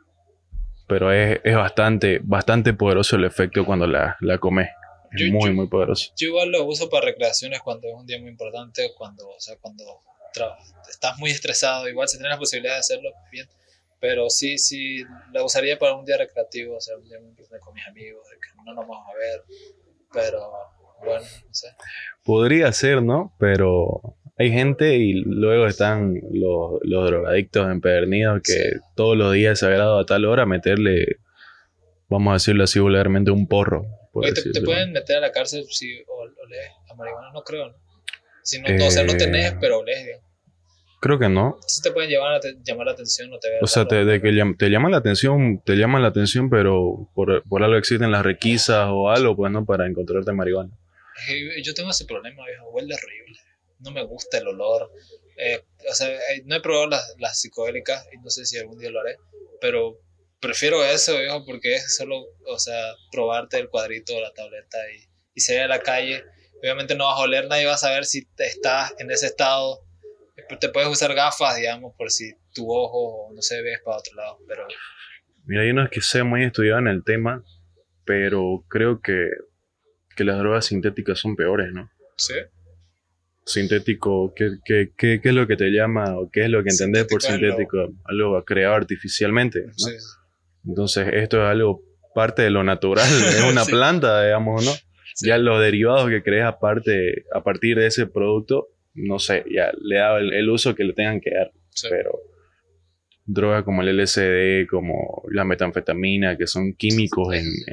Pero es bastante poderoso el efecto cuando la comes. Es Yo- muy, yo- muy poderoso. Yo igual lo uso para recreaciones cuando es un día muy importante, o sea, cuando estás muy estresado, igual si tienes la posibilidad de hacerlo, bien, pero sí, la usaría para un día recreativo, o sea, un día muy importante con mis amigos, de que no nos vamos a ver, pero bueno, no sé. Podría ser, ¿no? Pero hay gente y luego están los drogadictos empedernidos que Sí. todos los días es sagrado a tal hora meterle, vamos a decirlo así vulgarmente, un porro. Por Oye, te decirlo. pueden meter a la cárcel si olés a marihuana, no creo, ¿no? Si no, o sea, no tenés, pero olés, digamos. Creo que no. Sí te pueden llamar la atención, no te veas O sea, te llama la atención, pero por algo existen las requisas o algo, pues, ¿no? Para encontrarte marihuana. Yo tengo ese problema, viejo, huele horrible. No me gusta el olor. O sea, no he probado las psicodélicas y no sé si algún día lo haré, pero prefiero eso, viejo, porque es solo, o sea, probarte el cuadrito o la tableta y salir a la calle. Obviamente no vas a oler, nadie va a saber si estás en ese estado. Te puedes usar gafas, digamos, por si tu ojo, no sé, ves para otro lado, pero Mira, yo no es que sea muy estudiado en el tema, pero creo que las drogas sintéticas son peores, ¿no? sí. Sintético, ¿qué es lo que te llama o qué es lo que entendés por Sintético sintético? Algo creado artificialmente, ¿no? Sí. Entonces, esto es algo parte de lo natural, es una Sí. planta, digamos, ¿no? Sí. Ya los derivados que crees a partir de ese producto, no sé, ya le da el uso que le tengan que dar. Sí. Pero drogas como el LSD, como la metanfetamina, que son químicos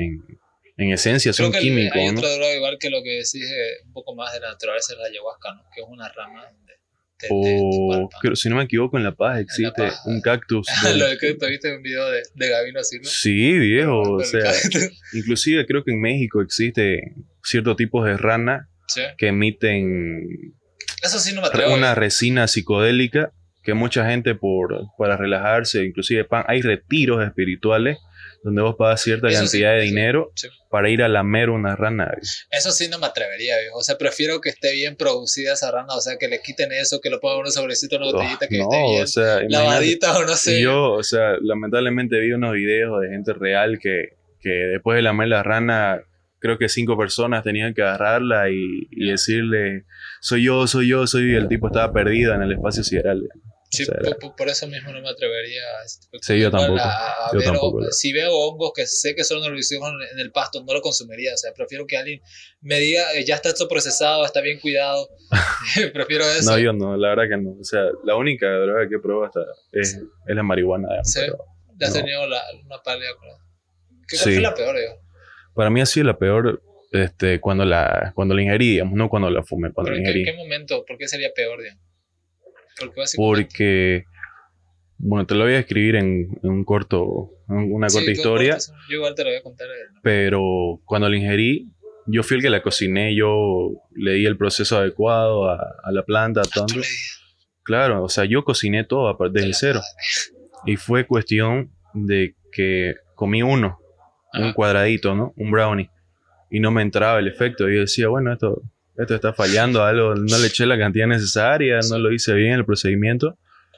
en esencia, Creo son que químicos, hay ¿no? otra droga igual que lo que decís, un poco más de la naturaleza, es la ayahuasca, ¿no? Que es una rama donde te O, palpan. si no me equivoco, en La Paz existe Paz. un cactus. Lo que te viste un video de Gavino así, ¿no? Sí, viejo, Con o el sea, cactus. inclusive creo que en México existe ciertos tipos de rana Sí. que emiten Eso sí no me atrevo. una resina psicodélica que mucha gente para relajarse, inclusive hay retiros espirituales donde vos pagas cierta Eso sí, cantidad de sí, dinero sí. para ir a lamer una rana. Eso sí no me atrevería, viejo. O sea, prefiero que esté bien producida esa rana, o sea, que le quiten eso, que lo pongan en un sobrecito, una botellita que No, esté bien o sea, imagínate. lavadita o no sé. Yo, o sea, lamentablemente vi unos videos de gente real que después de lamer la rana, creo que 5 personas tenían que agarrarla y decirle, soy yo, y el tipo estaba perdido en el espacio sideral. Sí, O sea, por eso mismo no me atrevería a ese tipo de Sí, yo cosas. Igual tampoco. Yo ver tampoco. si veo hongos que sé que son nutrición en el pasto, no lo consumiría. O sea, prefiero que alguien me diga, ya está esto procesado, está bien cuidado. Prefiero eso. No, yo no, la verdad que no. O sea, la única droga que he probado es la marihuana. Digamos, Sí, pero ya has no. tenido una pálida con la... ¿Qué Sí. fue la peor, yo? Para mí ha sido la peor cuando la ingerí, digamos, no cuando la fumé, cuando la ¿En ingerí. qué momento? ¿Por qué sería peor, digamos? Porque básicamente... Porque, bueno, te lo voy a escribir en una corta Sí, historia, corta, yo igual te lo voy a contar. pero cuando la ingerí, yo fui el que la cociné, yo le di el proceso adecuado a la planta, a todo. Tú le Claro, o sea, yo cociné todo desde la cero. Y fue cuestión de que comí un Ajá. cuadradito, ¿no? Un brownie. Y no me entraba el efecto. Y yo decía, bueno, esto está fallando, algo, no le eché la cantidad necesaria, no lo hice bien el procedimiento.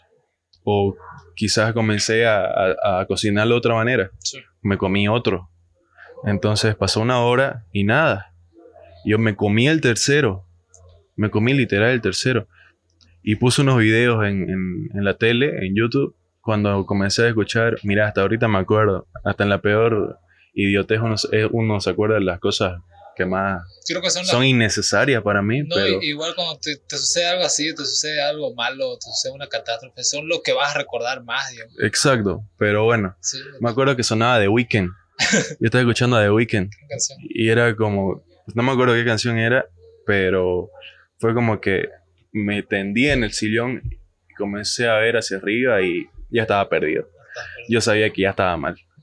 O quizás comencé a cocinarlo de otra manera. Sí. Me comí otro. Entonces pasó una hora y nada. Yo me comí el tercero. Me comí literal el tercero. Y puse unos videos en la tele, en YouTube, cuando comencé a escuchar, mira, hasta ahorita me acuerdo, hasta en la peor idiotez uno se acuerda de las cosas que más Creo que son son innecesarias para mí, No, pero igual cuando te sucede algo así, te sucede algo malo, te sucede una catástrofe, son lo que vas a recordar más, digamos. exacto, pero bueno, Sí, me acuerdo que sonaba The Weeknd. Yo estaba escuchando a The Weeknd qué canción. y era como, no me acuerdo qué canción era, pero fue como que me tendí en el sillón y comencé a ver hacia arriba y ya estaba perdido. Yo sabía que ya estaba mal.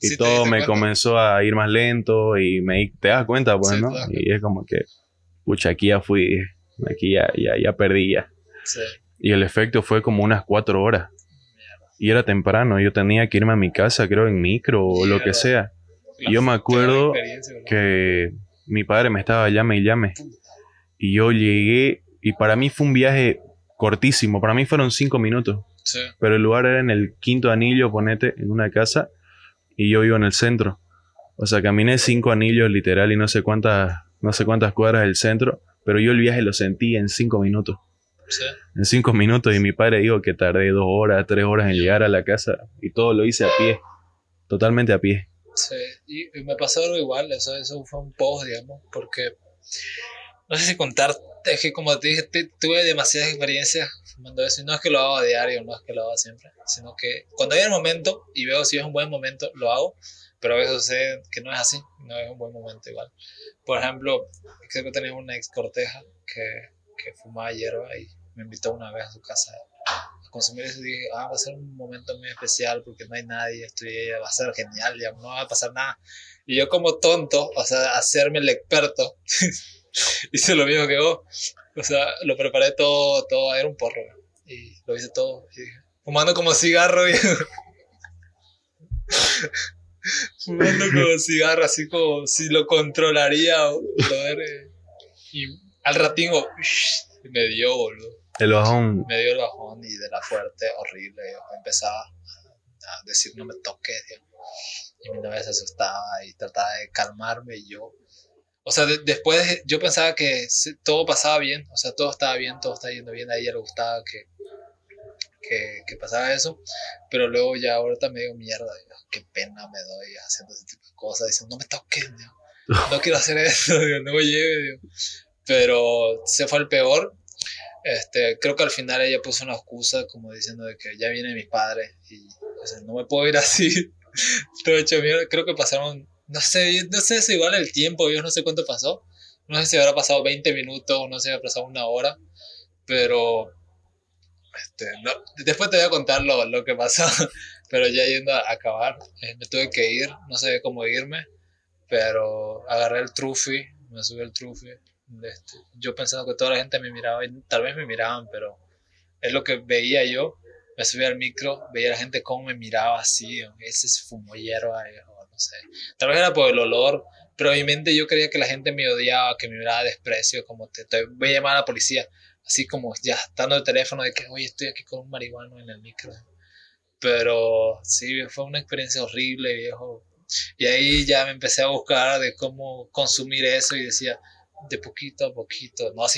Y Sí, te todo diste me cuenta. comenzó a ir más lento y te das cuenta, pues, Sí, ¿no? te das Y es como que, pucha, aquí ya fui, aquí ya perdí ya. Sí. Y el efecto fue como unas 4 horas. Y era temprano, yo tenía que irme a mi casa, creo, en micro o lo que Mierda. sea. La Y yo me peor acuerdo experiencia, bro. que mi padre me estaba llame y llame. Y yo llegué y para mí fue un viaje cortísimo. Para mí fueron 5 minutos. Sí. Pero el lugar era en el Quinto Anillo, ponete, en una casa. Y yo vivo en el centro. O sea, caminé 5 anillos literal y no sé cuántas cuadras del centro. Pero yo el viaje lo sentí en 5 minutos. Sí. En 5 minutos y mi padre dijo que tardé 2 horas, 3 horas en llegar a la casa. Y todo lo hice a pie. Totalmente a pie. Sí, y me pasó algo igual, eso fue un post, digamos, porque no sé si contarte, es que como te dije, tuve demasiadas experiencias fumando eso, y no es que lo hago a diario, no es que lo hago siempre, sino que cuando hay el momento y veo si es un buen momento, lo hago, pero a veces sucede que no es así, no es un buen momento igual. Por ejemplo, creo que tenía una ex corteja que fumaba hierba y me invitó una vez a su casa a consumir eso y dije, va a ser un momento muy especial porque no hay nadie, va a ser genial, ya no va a pasar nada. Y yo como tonto, o sea, hacerme el experto, hice lo mismo que vos, o sea, lo preparé todo, era un porro, y lo hice todo, y dije, fumando como cigarro, y fumando como cigarro, así como si lo controlaría, y al ratingo, me dio, boludo. El bajón. Me dio el bajón y de la fuerte, horrible. Yo empezaba a decir no me toques, digamos. Y mi novia se asustaba y trataba de calmarme y yo... O sea, después yo pensaba que todo pasaba bien, o sea, todo estaba bien, todo estaba yendo bien. A ella le gustaba que pasara eso, pero luego ya ahorita me digo mierda, digo, qué pena me doy haciendo ese tipo de cosas, diciendo no me toques, digo, no quiero hacer eso, digo, no me lleve, digo. Pero se fue el peor. Creo que al final ella puso una excusa como diciendo de que ya vienen mis padres y o sea, no me puedo ir así todo hecho mierda. Creo que pasaron, no sé si igual el tiempo, yo no sé cuánto pasó, no sé si habrá pasado 20 minutos, no sé si habrá pasado una hora, pero no, después te voy a contar lo que pasó. Pero ya yendo a acabar, me tuve que ir, no sabía cómo irme, pero agarré el trufi, me subí el trufi. Yo pensando que toda la gente me miraba, y tal vez me miraban, pero es lo que veía yo. Me subí al micro, veía a la gente cómo me miraba así, ese se fumó hierba, no sé. Tal vez era por el olor, pero en mi mente yo creía que la gente me odiaba, que me miraba desprecio, como te voy a llamar a la policía, así como ya dando el teléfono de que, oye, estoy aquí con un marihuano en el micro. Pero sí, fue una experiencia horrible, viejo. Y ahí ya me empecé a buscar de cómo consumir eso y decía, de poquito a poquito, no así.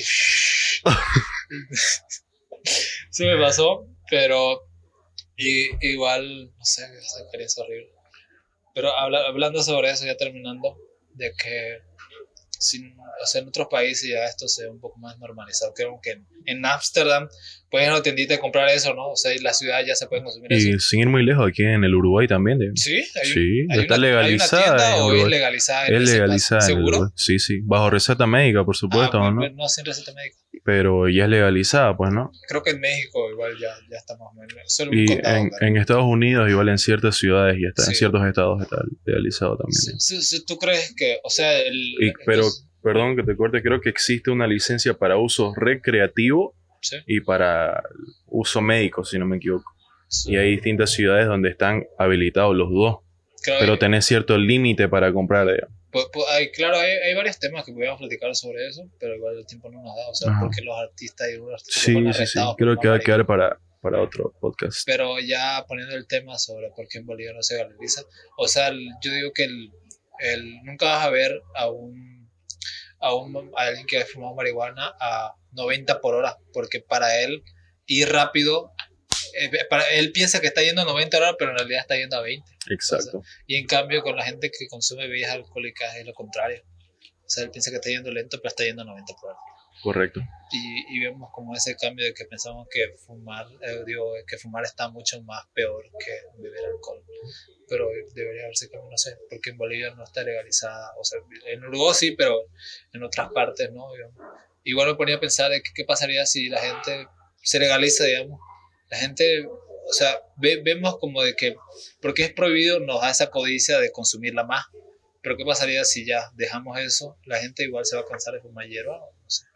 Sí me pasó, pero igual, no sé, esa experiencia horrible. Pero hablando sobre eso, ya terminando, de que o sea, en otros países ya esto se ve un poco más normalizado. Creo que en Ámsterdam puedes ir a una tiendita a comprar eso, ¿no? O sea, en la ciudad ya se puede consumir eso. Y sin ir muy lejos, aquí en el Uruguay también. Sí, Sí, hay está una legalizada tienda en o es Uruguay. legalizada. Es legalizada en ¿Seguro? Uruguay. Sí, sí. Bajo receta médica, por supuesto, ¿no? Pues no sin receta médica. Pero ya es legalizada, pues, ¿no? Creo que en México igual ya está más o menos. Solo un Y condado, en Estados Unidos, igual en ciertas ciudades ya está, sí. en ciertos estados está legalizado también. Sí, ¿tú crees que, o sea, pero, perdón que te corte, creo que existe una licencia para uso recreativo sí, y para uso médico, si no me equivoco. sí. Y hay distintas ciudades donde están habilitados los dos, Creo pero tenés cierto límite para comprar. claro, hay varios temas que podríamos platicar sobre eso, pero igual el tiempo no nos da, o sea, Ajá. porque los artistas y los artistas Sí, fueron sí, sí. arrestados. Creo por que va a marihuana. quedar para otro podcast. Pero ya poniendo el tema sobre por qué en Bolivia no se legaliza, o sea, yo digo que nunca vas a ver a alguien que ha fumado marihuana a 90 por hora, porque para él ir rápido, él piensa que está yendo a 90 horas, pero en realidad está yendo a 20. Exacto. O sea, y en cambio con la gente que consume bebidas alcohólicas es lo contrario. O sea, él piensa que está yendo lento, pero está yendo a 90 por hora. Correcto. Y vemos como ese cambio de que pensamos que que fumar está mucho más peor que beber alcohol. Pero debería haberse cambio, no sé, porque en Bolivia no está legalizada. O sea, en Uruguay sí, pero en otras partes no. Digamos. Igual me ponía a pensar de qué pasaría si la gente se legaliza, digamos. La gente o sea, vemos como de que, porque es prohibido, nos da esa codicia de consumirla más. Pero ¿qué pasaría si ya dejamos eso? La gente igual se va a cansar de fumar hierba, no sé.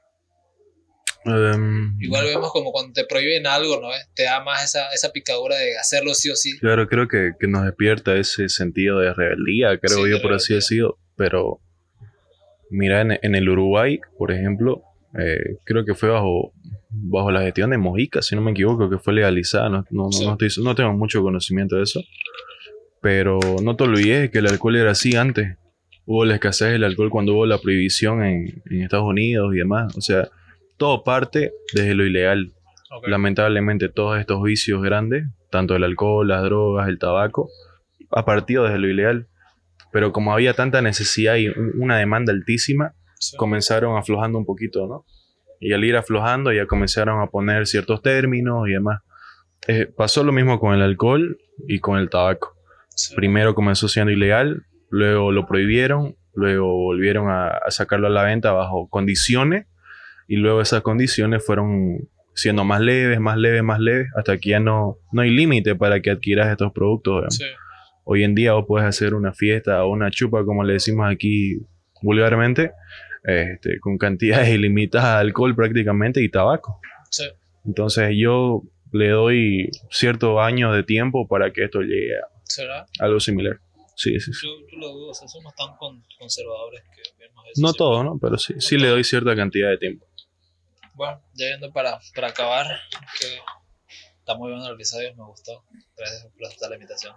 Igual vemos como cuando te prohíben algo, ¿no? Te da más esa picadura de hacerlo sí o sí. Claro, creo que nos despierta ese sentido de rebeldía, creo Sí, yo, de por así rebeldía. decirlo. Pero mira, en el Uruguay, por ejemplo, creo que fue bajo la gestión de Mojica, si no me equivoco, que fue legalizada. Sí. No tengo mucho conocimiento de eso. Pero no te olvides que el alcohol era así antes. Hubo la escasez del alcohol cuando hubo la prohibición en Estados Unidos y demás. O sea, todo parte desde lo ilegal. Okay. Lamentablemente todos estos vicios grandes, tanto el alcohol, las drogas, el tabaco, ha partido desde lo ilegal. Pero como había tanta necesidad y una demanda altísima, Sí. comenzaron aflojando un poquito, ¿no? Y al ir aflojando ya comenzaron a poner ciertos términos y demás. Pasó lo mismo con el alcohol y con el tabaco. Sí. Primero comenzó siendo ilegal, luego lo prohibieron, luego volvieron a sacarlo a la venta bajo condiciones y luego esas condiciones fueron siendo más leves, hasta que ya no hay límite para que adquieras estos productos. ¿Verdad? Sí. Hoy en día vos puedes hacer una fiesta o una chupa, como le decimos aquí vulgarmente, con cantidades ilimitadas de alcohol prácticamente y tabaco. Sí. Entonces yo le doy ciertos años de tiempo para que esto llegue a ¿Será? algo similar. Sí. Yo lo dudo, o sea, somos tan conservadores que vemos eso. No siempre. todo, ¿no? Pero sí le doy cierta cantidad de tiempo. Bueno, ya viendo para acabar, que está muy bueno el episodio, me gustó. Gracias por aceptar la invitación.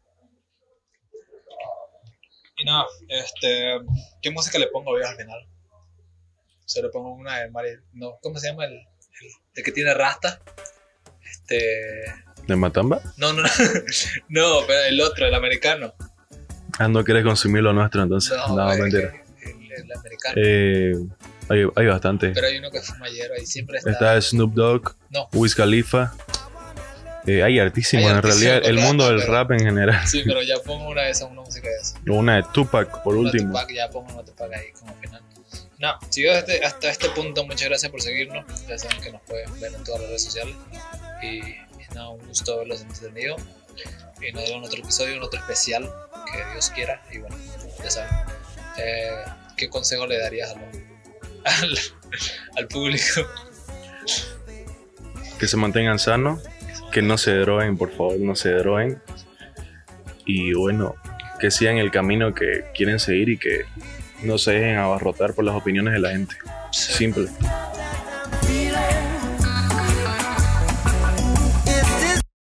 Y nada, ¿qué música le pongo yo al final? Se le pongo una de Mario. No, ¿cómo se llama el que tiene rasta? ¿De Matamba? No, no, pero el otro, el americano. Ah, no querés consumir lo nuestro, entonces. No, mentira. El americano. Hay bastante. Pero hay uno que fuma hierba y siempre está. Está Snoop Dogg, No. Wiz Khalifa. Hay hartísimo, en realidad, el mundo del rap en general. Sí, pero ya pongo una de esas, una música de esa. O una de Tupac, por Una último. Tupac, ya pongo una Tupac ahí como final. No, si llegas hasta este punto, muchas gracias por seguirnos. Ya saben que nos pueden ver en todas las redes sociales. Y nada, un gusto haberlos entretenido. Y nos vemos en otro episodio, en otro especial, que Dios quiera. Y bueno, ya saben. ¿Qué consejo le darías al público? Que se mantengan sanos, que no se droguen, por favor, no se droguen. Y bueno, que sigan el camino que quieren seguir y que no se dejen abarrotar por las opiniones de la gente. Sí. Simple. Feel it.